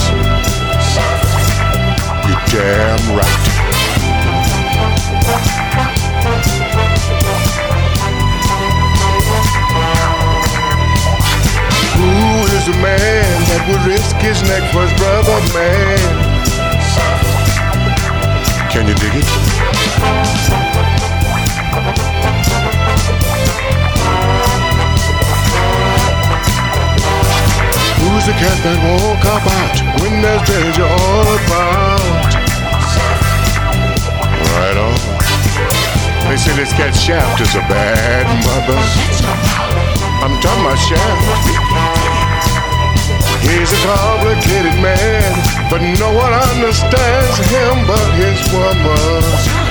You're damn right. Who is the man that would risk his neck for his brother, man? Can you dig it? Who's the cat that won't cop out when there's danger all about? Right on. They say this cat Shaft is a bad mother. I'm talking about Shaft. He's a complicated man, but no one understands him but his woman.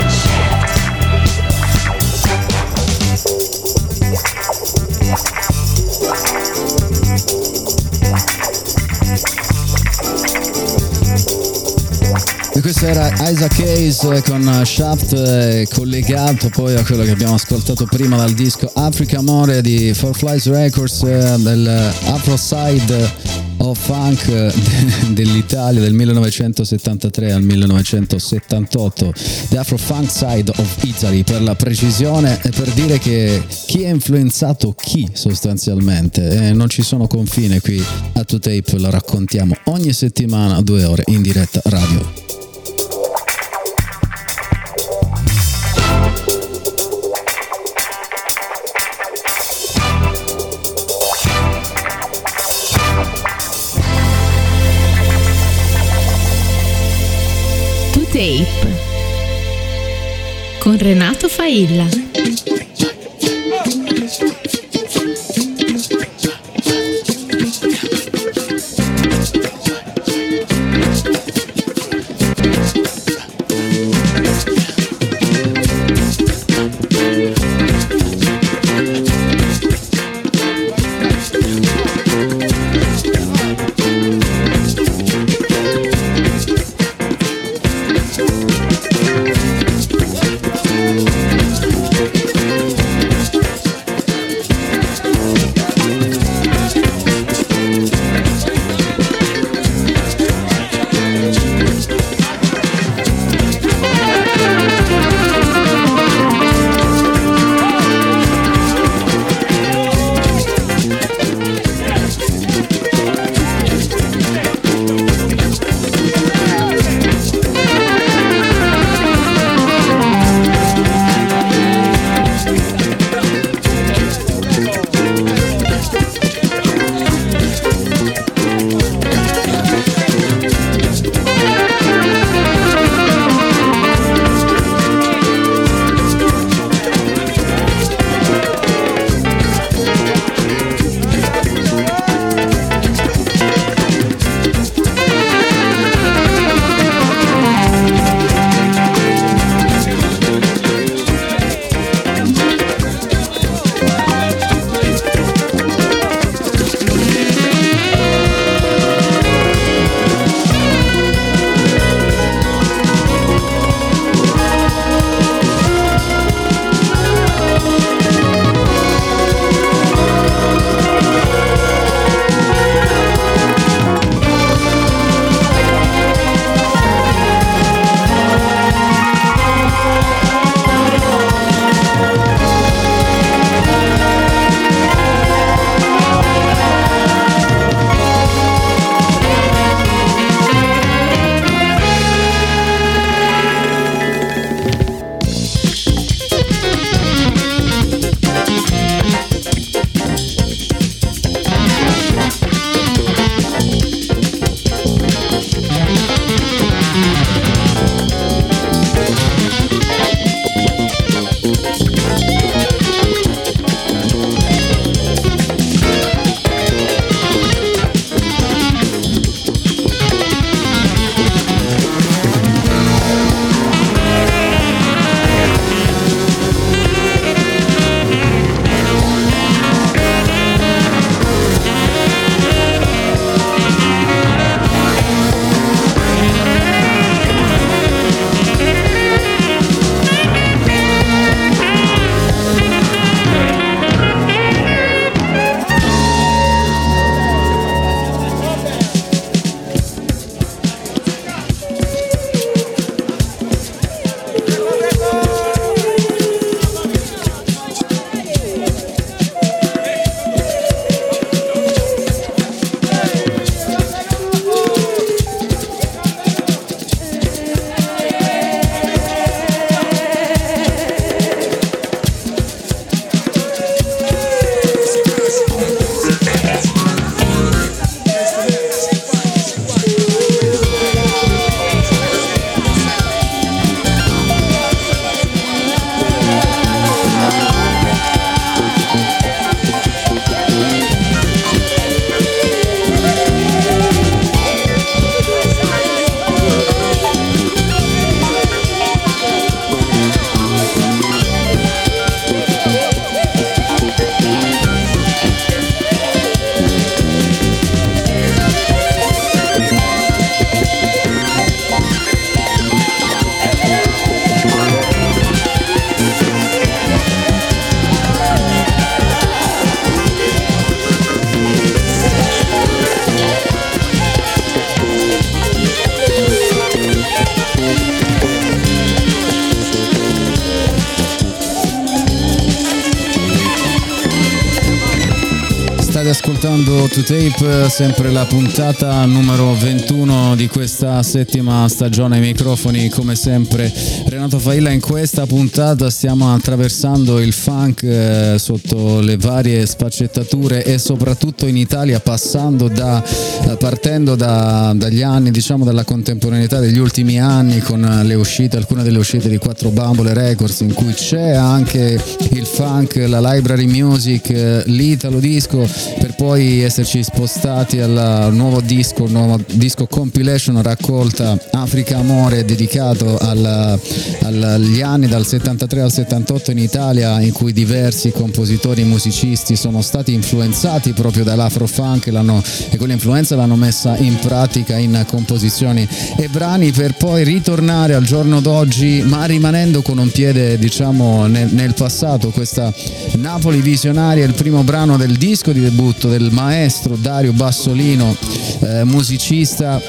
E questo era Isaac Hayes con Shaft, eh, collegato poi a quello che abbiamo ascoltato prima dal disco Africa Amore di Four Flies Records, eh, del Afro Side of Funk eh, dell'Italia del millenovecentosettantatré al millenovecentosettantotto, The Afro Funk Side of Italy per la precisione, e per dire che chi ha influenzato chi sostanzialmente, eh, non ci sono confini qui a To Tape, lo raccontiamo ogni settimana a due ore in diretta radio. Tape con Renato Failla. ascoltando To Tape, sempre la puntata numero ventuno di questa settima stagione ai microfoni, come sempre Renato Failla. In questa puntata stiamo attraversando il funk eh, sotto le varie sfaccettature e soprattutto in Italia, passando da eh, partendo da, dagli anni, diciamo dalla contemporaneità degli ultimi anni, con le uscite, alcune delle uscite di Quattro Bambole Records, in cui c'è anche il funk, la library music, eh, l'italo disco, per poi esserci spostati al nuovo disco, il nuovo disco compilation raccolta Africa Amore, dedicato al, al, agli anni dal settantatré al settantotto in Italia, in cui diversi compositori e musicisti sono stati influenzati proprio dall'afrofunk e, l'hanno, e quell'influenza l'hanno messa in pratica in composizioni e brani, per poi ritornare al giorno d'oggi, ma rimanendo con un piede, diciamo, nel, nel passato. Questa Napoli Visionaria, il primo brano del disco di debutto del maestro Dario Bassolino, eh, musicista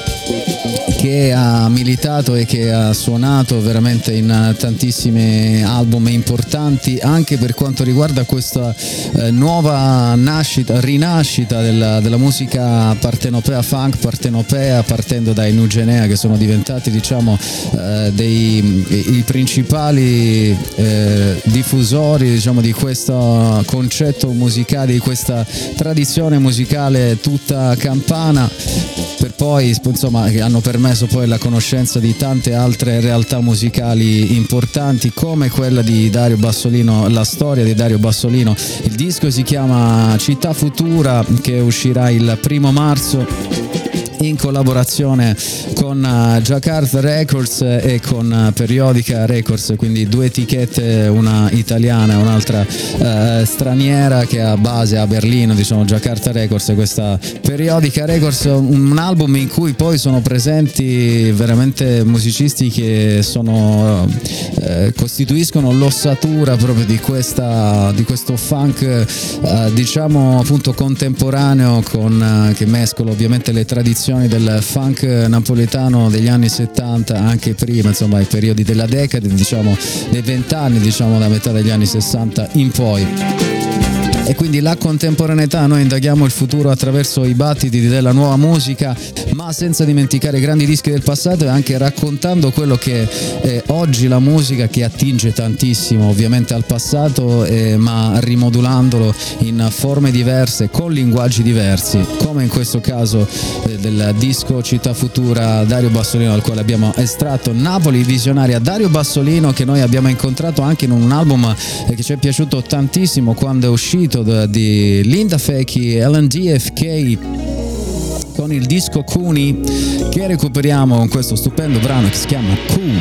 che ha militato e che ha suonato veramente in tantissimi album importanti, anche per quanto riguarda questa eh, nuova nascita, rinascita della, della musica partenopea, funk partenopea, partendo dai Nugenea, che sono diventati, diciamo, eh, dei i, i principali eh, diffusori, diciamo, di questo concetto musicale, di questa tradizione musicale tutta campana, per poi, insomma, che hanno permesso poi la conoscenza di tante altre realtà musicali importanti, come quella di Dario Bassolino, la storia di Dario Bassolino. Il disco si chiama Città Futura, che uscirà il primo marzo in collaborazione con uh, Jakarta Records e con uh, Periodica Records, quindi due etichette, una italiana e un'altra uh, straniera, che ha base a Berlino, diciamo Jakarta Records e questa Periodica Records. Un, un album in cui poi sono presenti veramente musicisti che sono uh, costituiscono l'ossatura proprio di questa di questo funk uh, diciamo appunto contemporaneo, con uh, che mescola ovviamente le tradizioni del funk napoletano degli anni settanta, anche prima, insomma i periodi della decade, diciamo dei vent'anni, diciamo da metà degli anni sessanta in poi. E quindi la contemporaneità, noi indaghiamo il futuro attraverso i battiti della nuova musica, ma senza dimenticare i grandi dischi del passato, e anche raccontando quello che è oggi la musica, che attinge tantissimo ovviamente al passato, eh, ma rimodulandolo in forme diverse, con linguaggi diversi, come in questo caso eh, del disco Città Futura Dario Bassolino, dal quale abbiamo estratto Napoli Visionaria. Dario Bassolino, che noi abbiamo incontrato anche in un album eh, che ci è piaciuto tantissimo quando è uscito, di Linda Fecchi e L and D F K, con il disco Cuni, che recuperiamo con questo stupendo brano che si chiama Cool.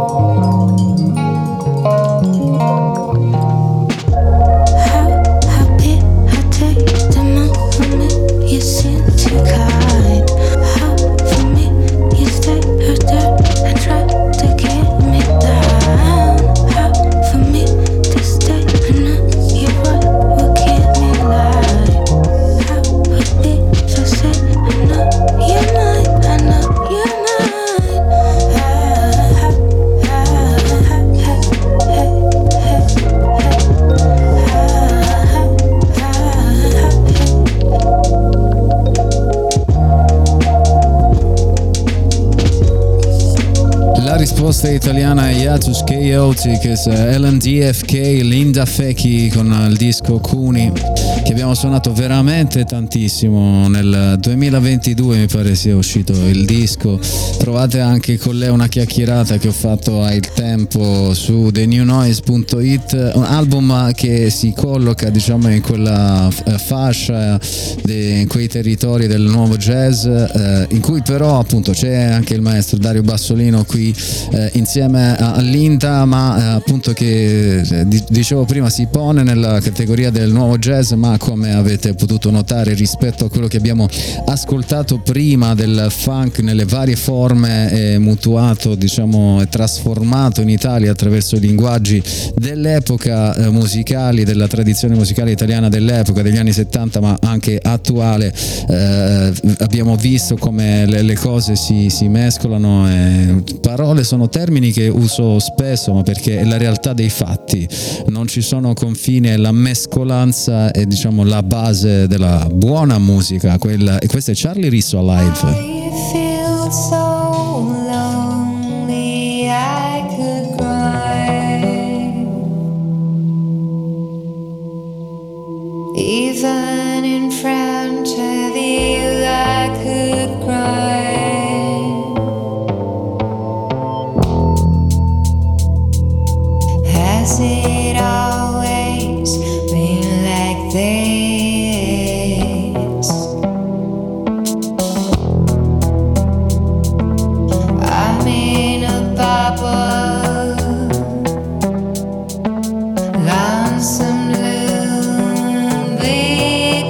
Risposta italiana Yatus Chaotix, Ellen D F K, Linda Fecchi con il disco Cuni, che abbiamo suonato veramente tantissimo. Nel duemilaventidue mi pare sia uscito il disco. Trovate anche con lei una chiacchierata che ho fatto al tempo su the new noise punto it, un album che si colloca, diciamo, in quella fascia, in quei territori del nuovo jazz, eh, in cui però appunto c'è anche il maestro Dario Bassolino qui eh, insieme a Linda, ma eh, appunto che eh, dicevo prima si pone nella categoria del nuovo jazz, ma come avete potuto notare rispetto a quello che abbiamo ascoltato prima del funk nelle varie forme, è mutuato, diciamo, è trasformato in Italia attraverso i linguaggi dell'epoca, eh, musicali, della tradizione musicale italiana dell'epoca, degli anni settanta, ma anche attuale. Eh, abbiamo visto come le, le cose si, si mescolano, e parole sono termini che uso spesso, ma perché è la realtà dei fatti, non ci sono confini, la mescolanza è, diciamo, la base della buona musica, quella, e questo è Charlie Risso Alive. I feel so lonely, I could cry. Even in front of you, I could cry. Has it always been like this? I'm in a bubble, lonesome lonely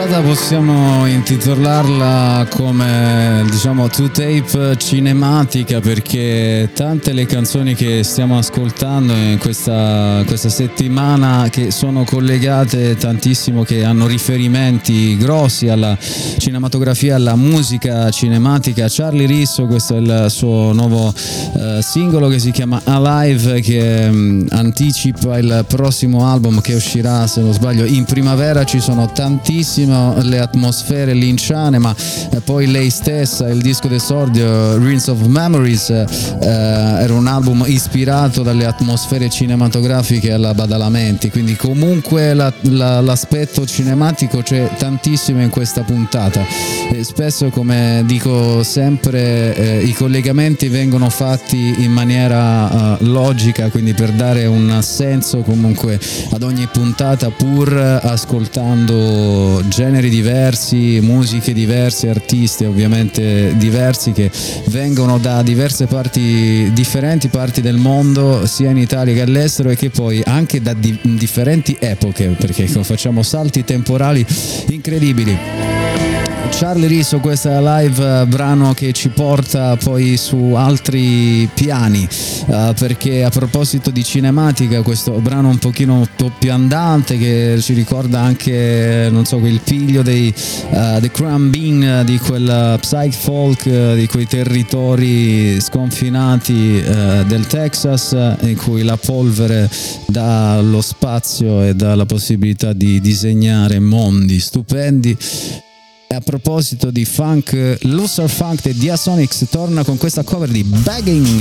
puntata possiamo intitolarla come, diciamo, two tape cinematica, perché tante le canzoni che stiamo ascoltando in questa, questa settimana, che sono collegate tantissimo, che hanno riferimenti grossi alla cinematografia, alla musica cinematica. Charlie Risso, questo è il suo nuovo uh, singolo che si chiama Alive, che um, anticipa il prossimo album che uscirà, se non sbaglio, in primavera. Ci sono tantissime le atmosfere linciane, ma eh, poi lei stessa, il disco d'esordio Ruins of Memories, eh, era un album ispirato dalle atmosfere cinematografiche alla Badalamenti, quindi comunque la, la, l'aspetto cinematico c'è tantissimo in questa puntata. E spesso, come dico sempre, eh, i collegamenti vengono fatti in maniera uh, logica, quindi per dare un senso comunque ad ogni puntata, pur ascoltando generi diversi, musiche diverse, artisti ovviamente diversi, che vengono da diverse parti, differenti parti del mondo, sia in Italia che all'estero, e che poi anche da di- differenti epoche, perché facciamo salti temporali incredibili. Charlie Risso, questa è Live, brano che ci porta poi su altri piani, uh, perché a proposito di cinematica, questo brano un pochino un po' più andante, che ci ricorda anche, non so, quel piglio dei uh, The Crumb Bean, di quel psych folk, uh, di quei territori sconfinati uh, del Texas, uh, in cui la polvere dà lo spazio e dà la possibilità di disegnare mondi stupendi. A proposito di funk, Loser Funk dei Diasonics torna con questa cover di Begging.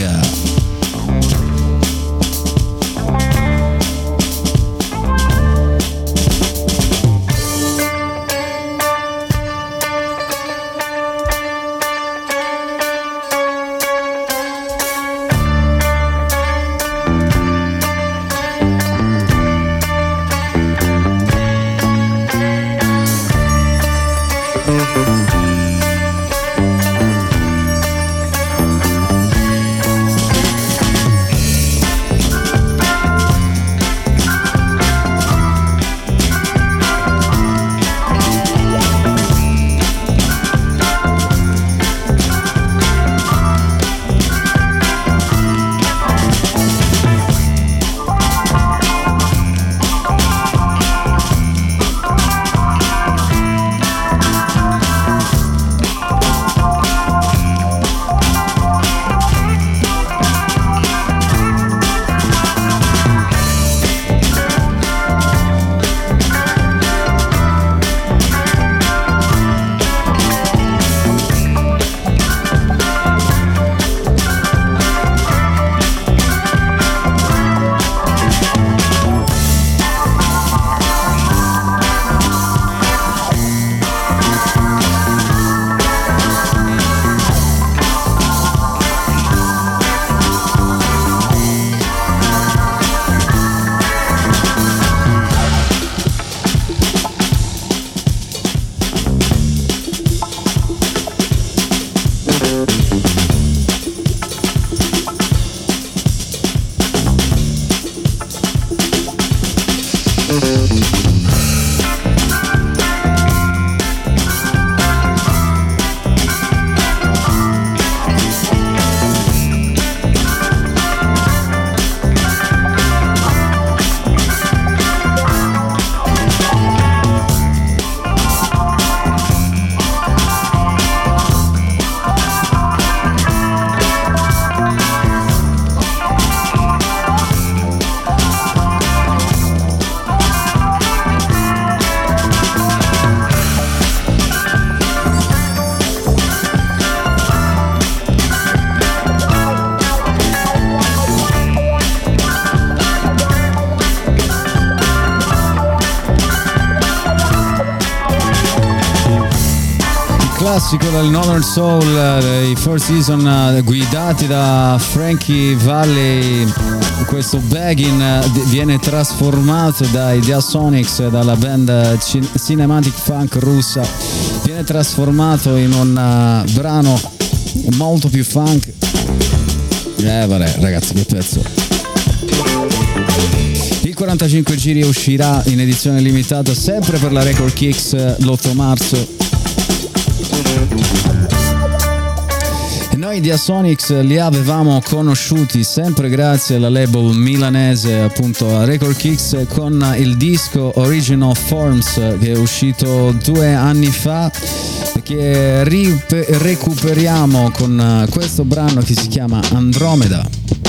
Classico dal Northern Soul dei Four Seasons, guidati da Frankie Valli. Questo Beggin viene trasformato dai Diasonics, dalla band Cinematic Funk russa, viene trasformato in un brano molto più funk. Eh vabbè ragazzi, che pezzo. Il quarantacinque giri e uscirà in edizione limitata sempre per la Record Kicks l'otto marzo. E noi Diasonics li avevamo conosciuti sempre grazie alla label milanese, appunto a Record Kicks, con il disco Original Forms che è uscito due anni fa, che ripe- recuperiamo con questo brano che si chiama Andromeda.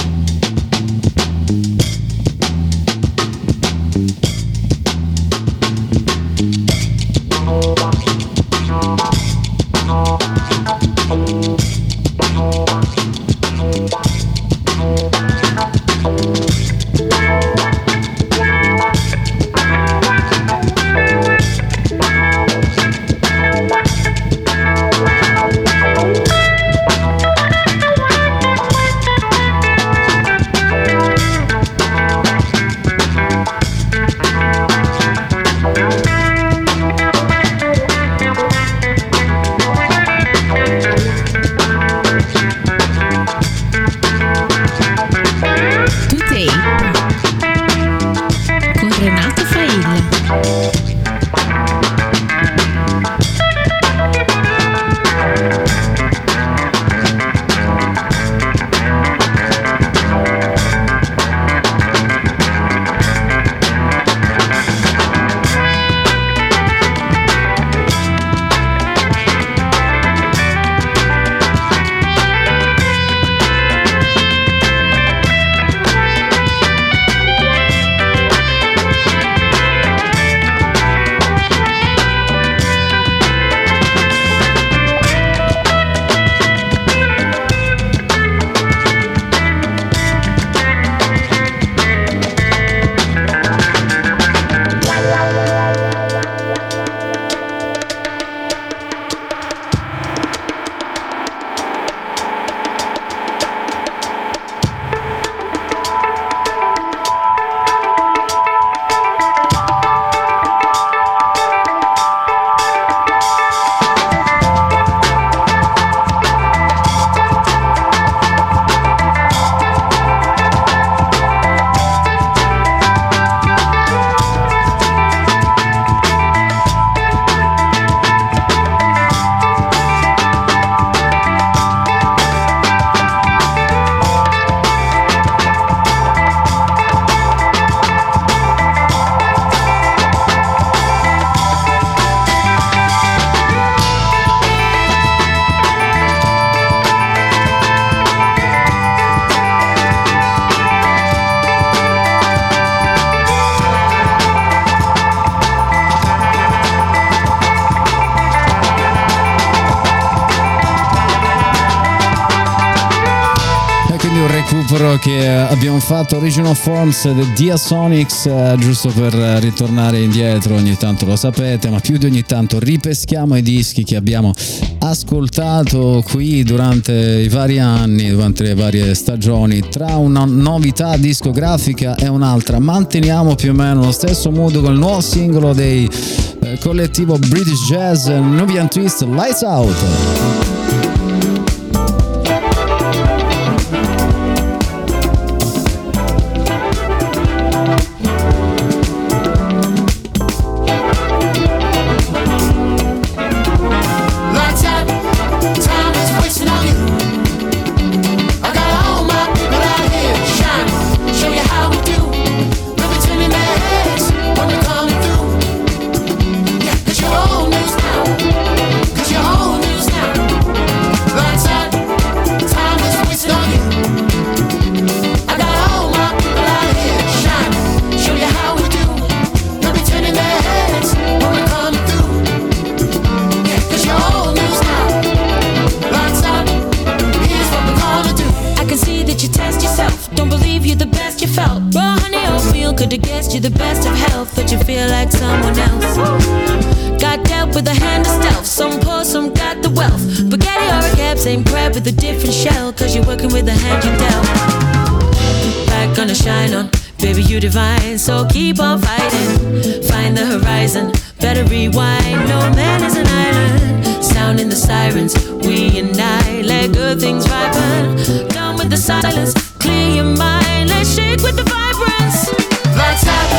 Che abbiamo fatto Original Forms The Diasonics, eh, giusto per ritornare indietro, ogni tanto lo sapete, ma più di ogni tanto ripeschiamo i dischi che abbiamo ascoltato qui durante i vari anni, durante le varie stagioni. Tra una novità discografica e un'altra manteniamo più o meno lo stesso mood con il nuovo singolo dei eh, collettivo British Jazz Nubian Twist, Lights Out. With a different shell, cause you're working with the hand you dealt. Back gonna shine on, baby you divine, so keep on fighting. Find the horizon, better rewind, no man is an island. Sounding the sirens, we and I, let good things ripen. Done with the silence, clear your mind, let's shake with the vibrance. Lights out.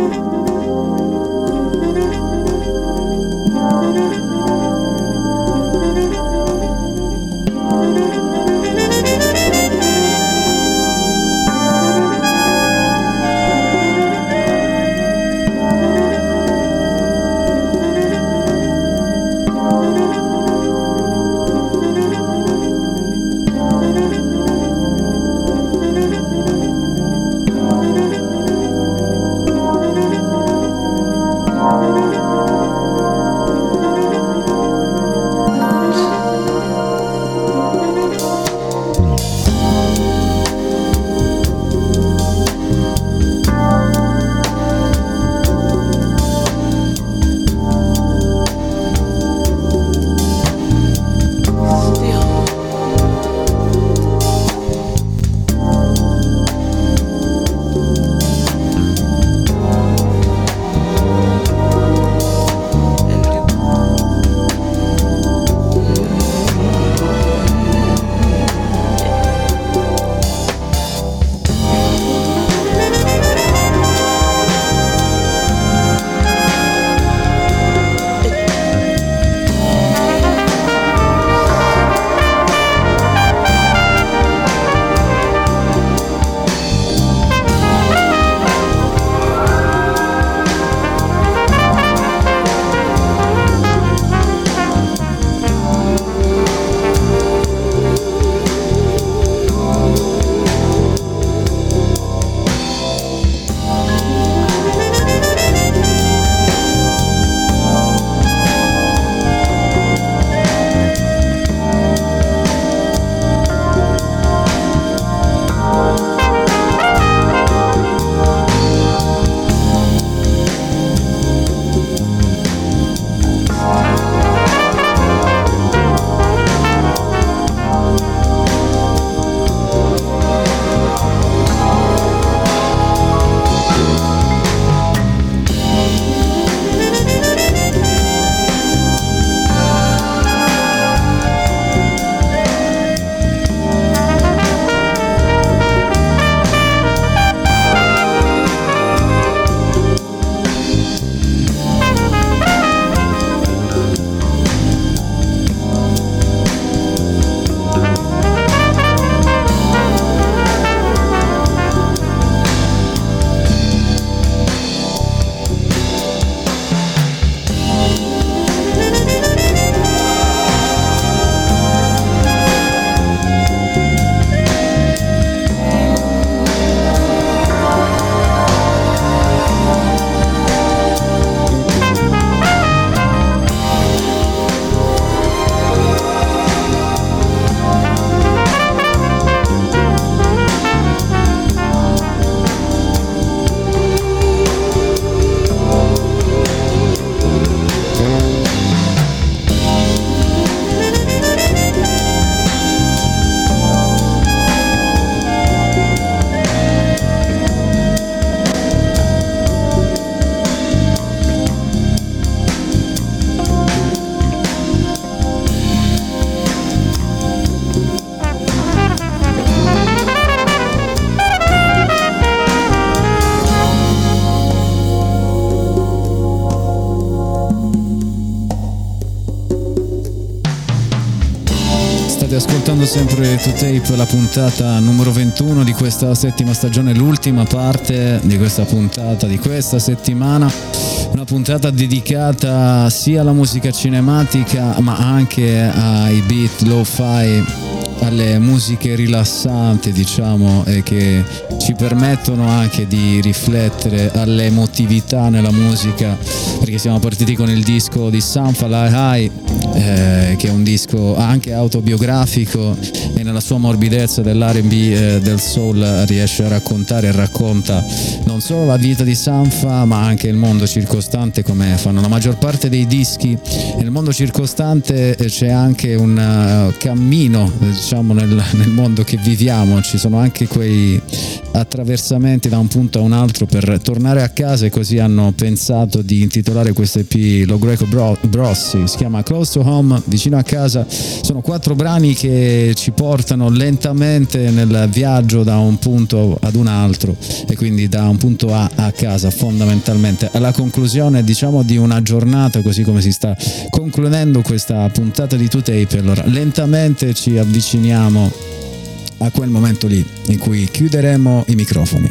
State ascoltando sempre To Tape, la puntata numero ventuno di questa settima stagione, l'ultima parte di questa puntata, di questa settimana. Una puntata dedicata sia alla musica cinematica ma anche ai beat lo-fi, alle musiche rilassanti, diciamo, e che ci permettono anche di riflettere all'emotività nella musica, perché siamo partiti con il disco di Sampha Lai, eh, che è un disco anche autobiografico e nella sua morbidezza dell'R and B, eh, del soul, riesce a raccontare e racconta non solo la vita di Sampha ma anche il mondo circostante, come fanno la maggior parte dei dischi. Nel mondo circostante c'è anche un uh, cammino, diciamo, nel, nel mondo che viviamo, ci sono anche quei attraversamenti da un punto a un altro per tornare a casa, e così hanno pensato di intitolare questo E P Lo Greco Bros. Si chiama Close to Home, vicino a casa. Sono quattro brani che ci portano lentamente nel viaggio da un punto ad un altro, e quindi da un punto A a casa, fondamentalmente alla conclusione, diciamo, di una giornata, così come si sta concludendo questa puntata di two tape. Allora lentamente ci avviciniamo a quel momento lì in cui chiuderemo i microfoni.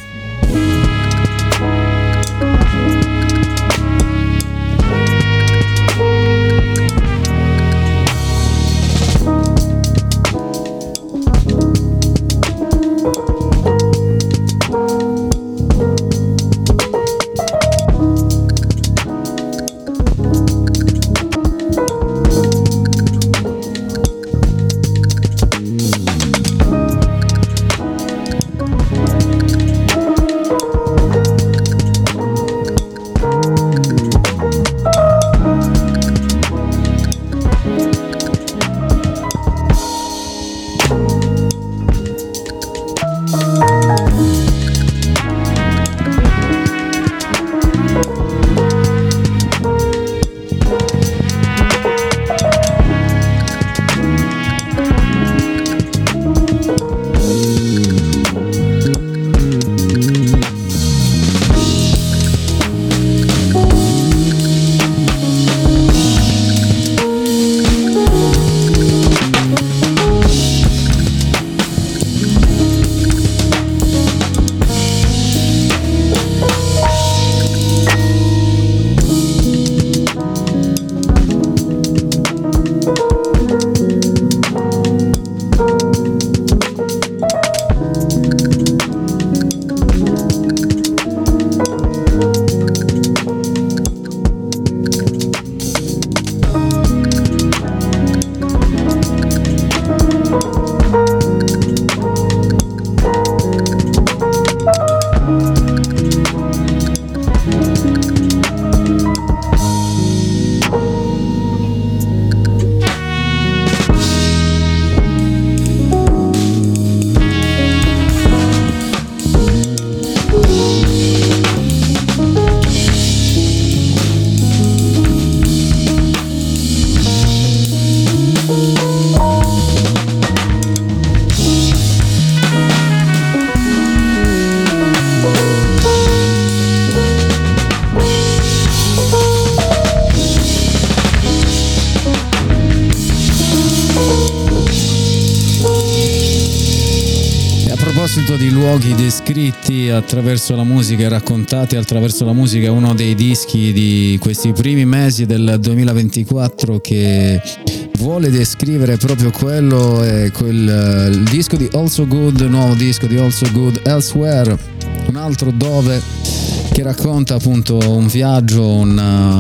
Di luoghi descritti attraverso la musica e raccontati attraverso la musica, uno dei dischi di questi primi mesi del duemilaventiquattro che vuole descrivere proprio quello, è quel il disco di Also Good, nuovo disco di Also Good, Elsewhere, un altro dove, che racconta appunto un viaggio, un,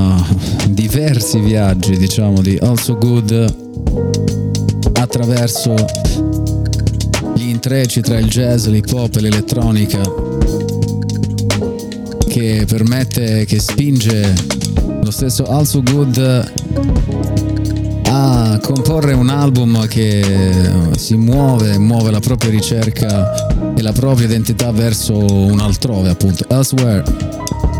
uh, diversi viaggi diciamo di Also Good attraverso gli intrecci tra il jazz, l'hip hop e l'elettronica, che permette, che spinge lo stesso Also Good a comporre un album che si muove, muove la propria ricerca e la propria identità verso un altrove, appunto, Elsewhere.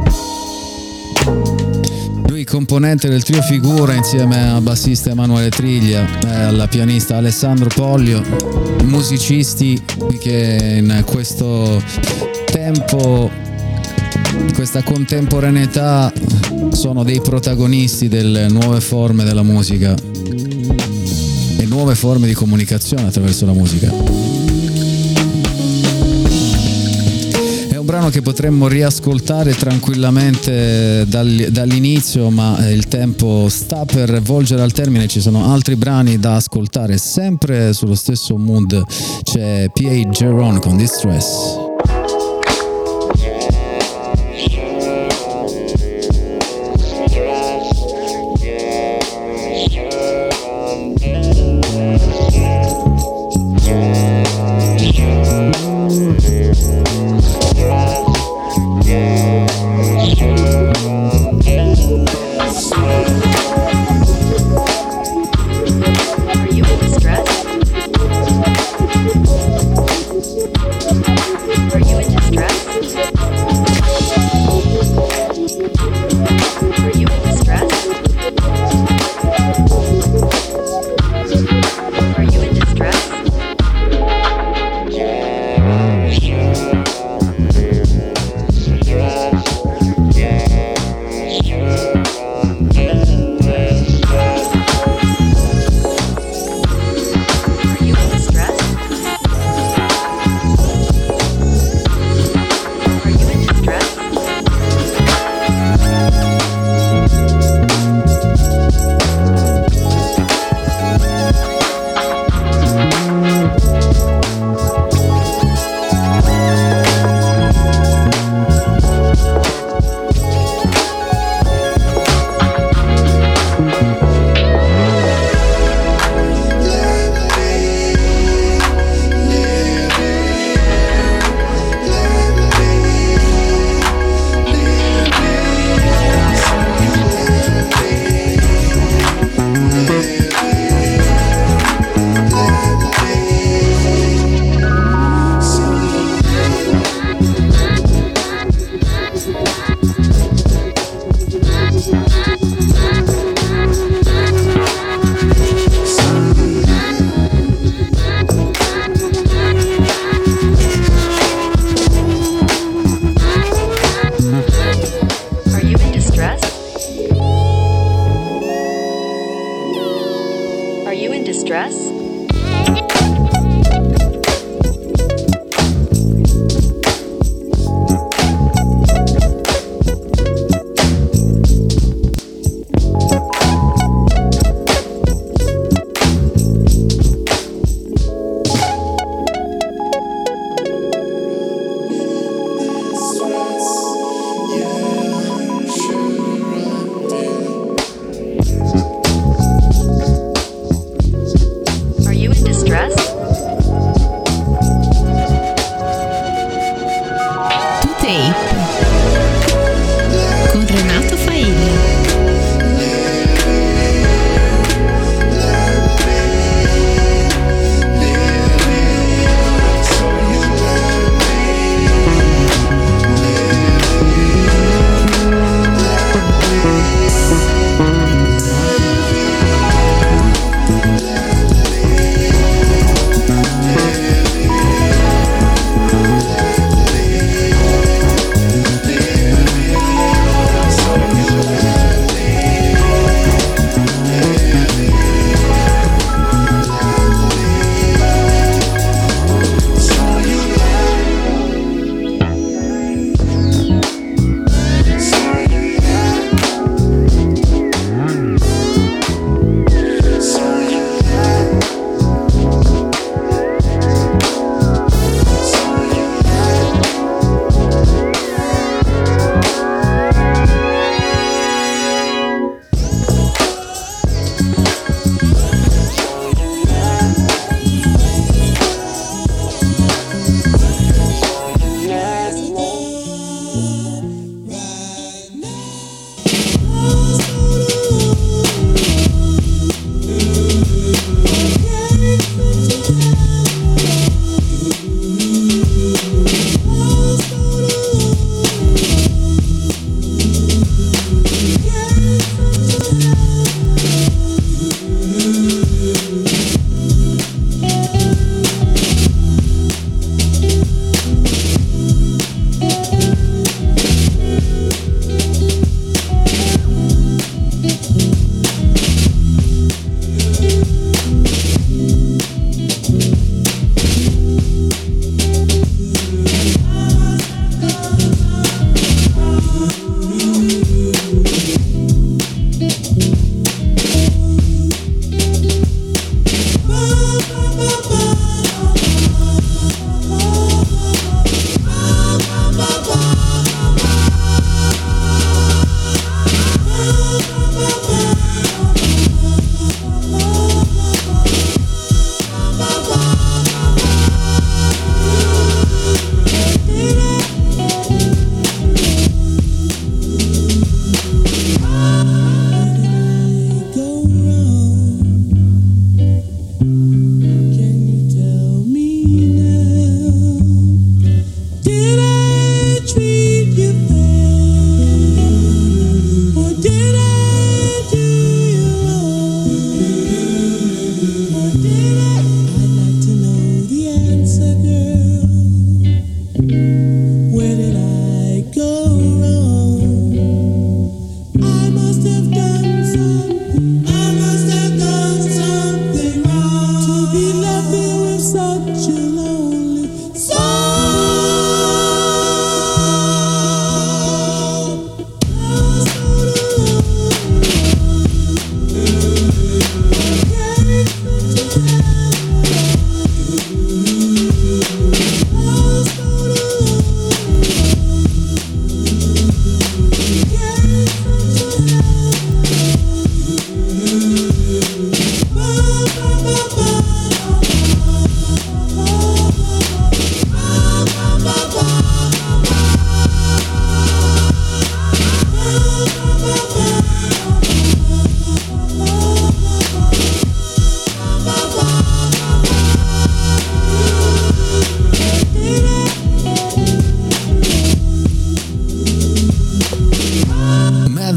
Lui componente del trio Figura insieme al bassista Emanuele Triglia e alla pianista Alessandro Pollio, musicisti che in questo tempo, in questa contemporaneità, sono dei protagonisti delle nuove forme della musica e nuove forme di comunicazione attraverso la musica. Un brano che potremmo riascoltare tranquillamente dall'inizio, ma il tempo sta per volgere al termine. Ci sono altri brani da ascoltare, sempre sullo stesso mood. C'è P A Geron con Distress. Are you in distress?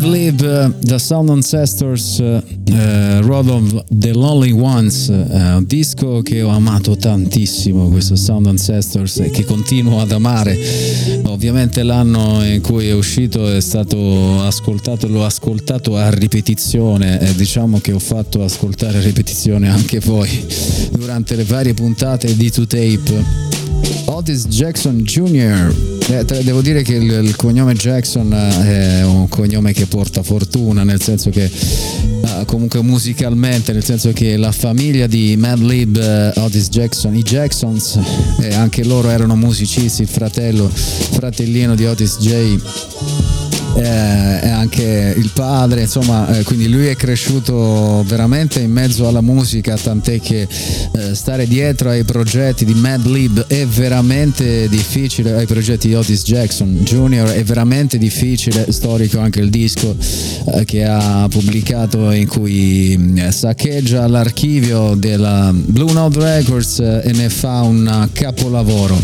Lib, The Sound Ancestors, uh, Road of the Lonely Ones, uh, un disco che ho amato tantissimo, questo Sound Ancestors, e che continuo ad amare. Ovviamente l'anno in cui è uscito è stato ascoltato, l'ho ascoltato a ripetizione, e diciamo che ho fatto ascoltare a ripetizione anche voi durante le varie puntate di two tape. Otis Jackson Junior Eh, devo dire che il, il cognome Jackson è un cognome che porta fortuna, nel senso che uh, comunque musicalmente, nel senso che la famiglia di Madlib, uh, Otis Jackson, i Jacksons, eh, anche loro erano musicisti, il fratello, fratellino di Otis J e eh, anche il padre, insomma, eh, quindi lui è cresciuto veramente in mezzo alla musica, tant'è che eh, stare dietro ai progetti di Madlib è veramente difficile, ai progetti di Otis Jackson Junior è veramente difficile. Storico anche il disco eh, che ha pubblicato, in cui eh, saccheggia l'archivio della Blue Note Records eh, e ne fa un capolavoro.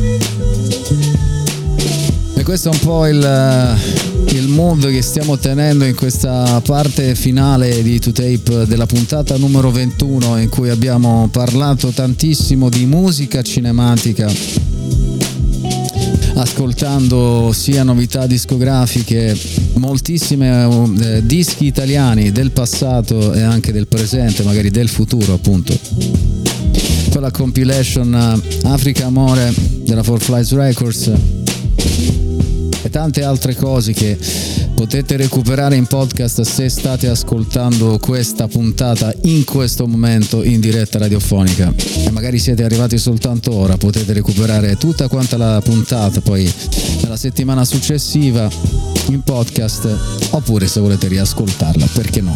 E questo è un po' il il mood che stiamo tenendo in questa parte finale di two tape della puntata numero ventuno, in cui abbiamo parlato tantissimo di musica cinematica, ascoltando sia novità discografiche, moltissime eh, dischi italiani del passato e anche del presente, magari del futuro appunto. Poi la compilation Africa Amore della Four Flies Records e tante altre cose che potete recuperare in podcast se state ascoltando questa puntata in questo momento in diretta radiofonica, e magari siete arrivati soltanto ora, potete recuperare tutta quanta la puntata poi nella settimana successiva in podcast, oppure se volete riascoltarla, perché no.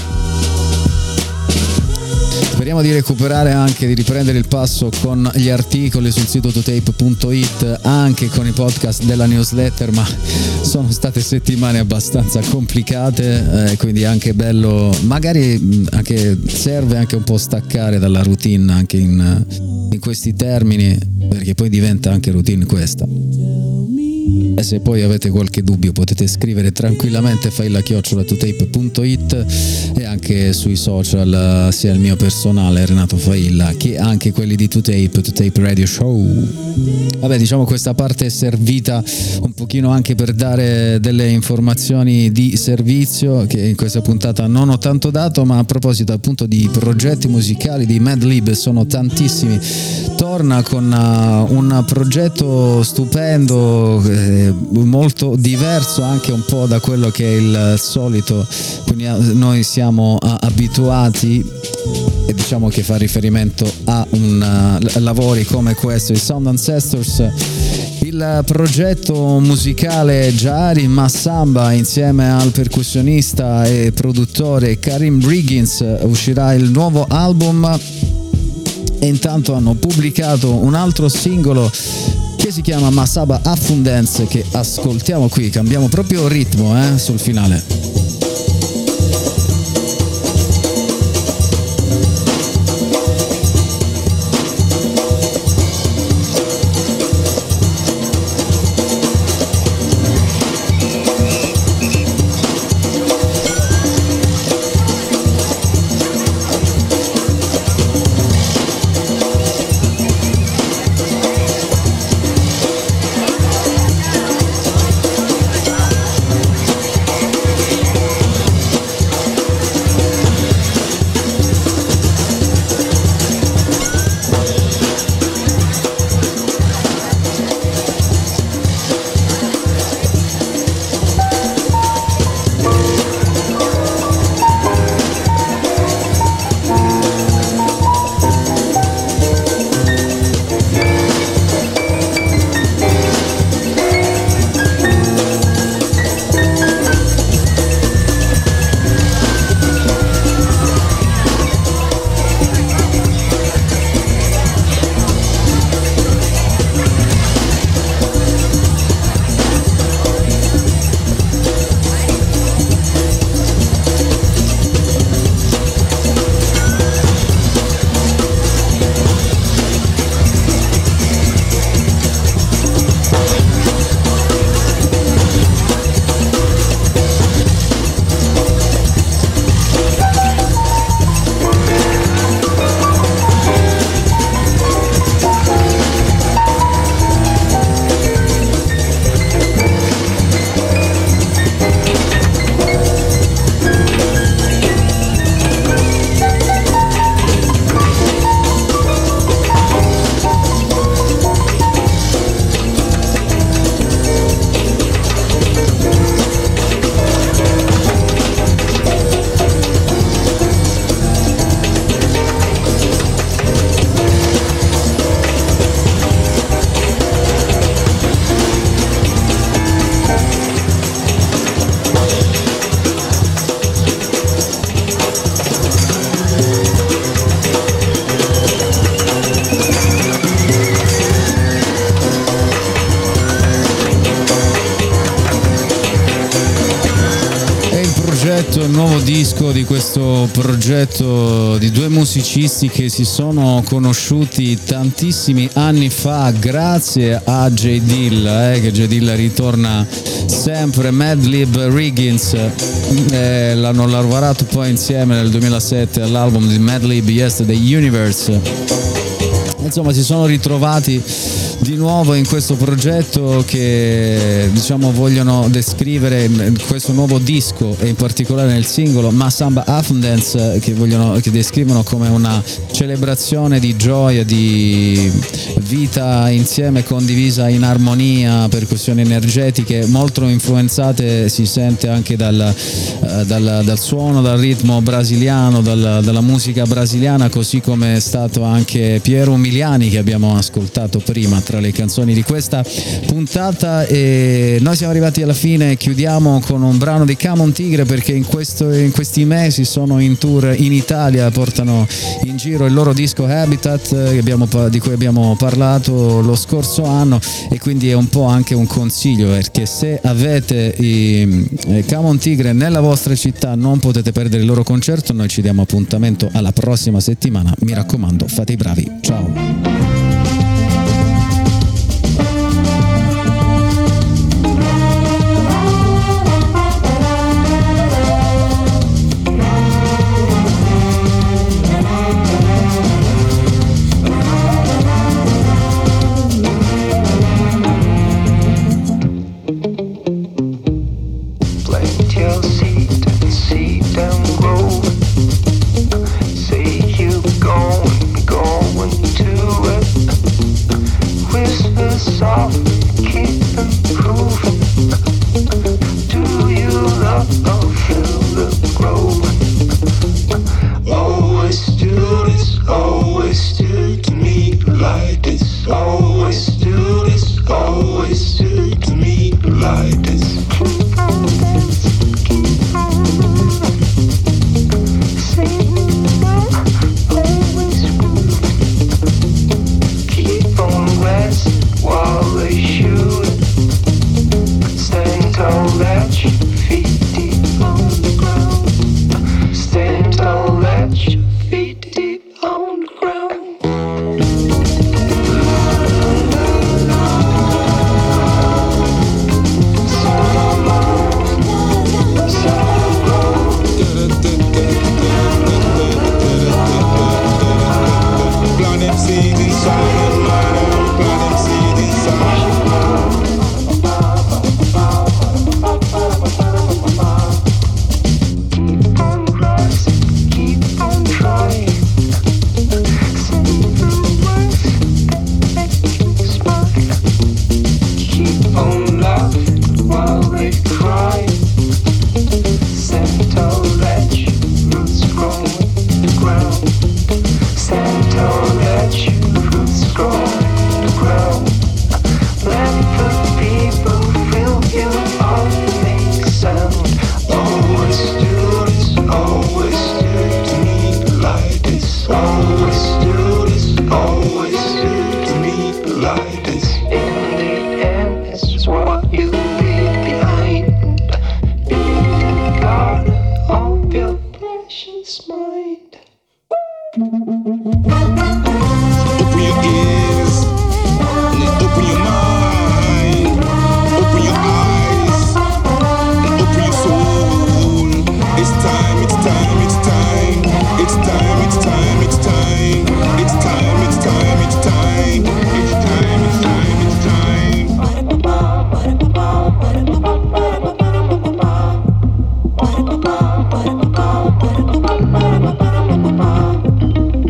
Speriamo di recuperare anche, di riprendere il passo con gli articoli sul sito two tape punto it, anche con i podcast della newsletter, ma sono state settimane abbastanza complicate, eh, quindi è anche bello, magari anche serve anche un po' staccare dalla routine anche in, in questi termini, perché poi diventa anche routine questa. E se poi avete qualche dubbio potete scrivere tranquillamente failla chiocciola two tape punto it, e anche sui social, sia il mio personale Renato Failla che anche quelli di two tape, two tape Radio Show. Vabbè, diciamo questa parte è servita un pochino anche per dare delle informazioni di servizio che in questa puntata non ho tanto dato, ma a proposito appunto di progetti musicali di Madlib, sono tantissimi. Torna con uh, un progetto stupendo, eh, molto diverso anche un po' da quello che è il solito, quindi noi siamo uh, abituati, e diciamo che fa riferimento a un uh, lavori come questo, il Sound Ancestors. Il progetto musicale Jahari Massamba insieme al percussionista e produttore Karim Riggins, uscirà il nuovo album, e intanto hanno pubblicato un altro singolo che si chiama Masaba Affundance, che ascoltiamo qui. Cambiamo proprio ritmo eh, sul finale. progetto, il nuovo disco di questo progetto di due musicisti che si sono conosciuti tantissimi anni fa grazie a J Dilla, eh, che J Dilla ritorna sempre, Madlib Riggins, eh, l'hanno lavorato poi insieme nel duemilasette all'album di Madlib Yesterday Universe. Insomma, si sono ritrovati di nuovo in questo progetto che, diciamo, vogliono descrivere questo nuovo disco e in particolare nel singolo Masamba Afndance, che vogliono, che descrivono come una celebrazione di gioia, di vita insieme condivisa in armonia per questioni energetiche molto influenzate, si sente anche dal, uh, dal, dal suono, dal ritmo brasiliano, dal, dalla musica brasiliana, così come è stato anche Piero Umiliani che abbiamo ascoltato prima tra le canzoni di questa puntata. E noi siamo arrivati alla fine, chiudiamo con un brano di Camon Tigre perché in, questo, in questi mesi sono in tour in Italia, portano in giro il loro disco Habitat che abbiamo, di cui abbiamo parlato lo scorso anno, e quindi è un po' anche un consiglio, perché se avete i Camon Tigre nella vostra città non potete perdere il loro concerto. Noi ci diamo appuntamento alla prossima settimana, mi raccomando, fate i bravi, ciao. Ba-da-ba-ba, ba-da-ba-ba, ba-da-ba-ba, ba-da-ba-ba.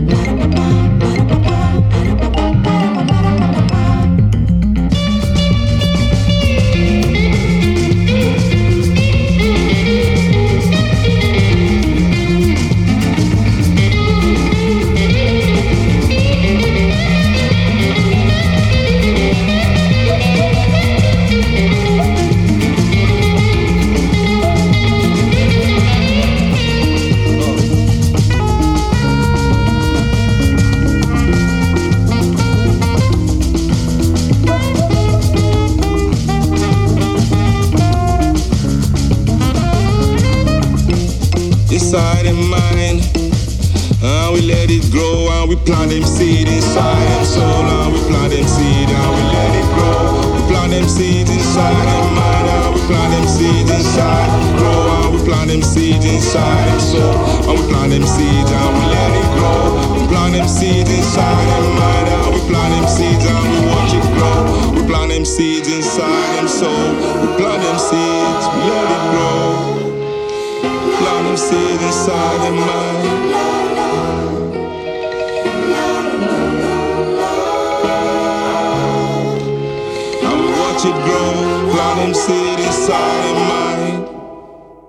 inside their mind. And we let it grow and we plant them seed inside them soul. And we plant them seed and we let it grow. We plant them seeds inside their mind. And we plant them seeds inside grow. And we plant them seeds inside them soul. And we plant them seeds and we let it grow. We plant them seeds inside their mind. And we plant them seeds and we watch it grow. We plant them seeds inside them soul. We plant them seeds, we let it grow. Plant them seeds inside their mind. It grow, plant them seed inside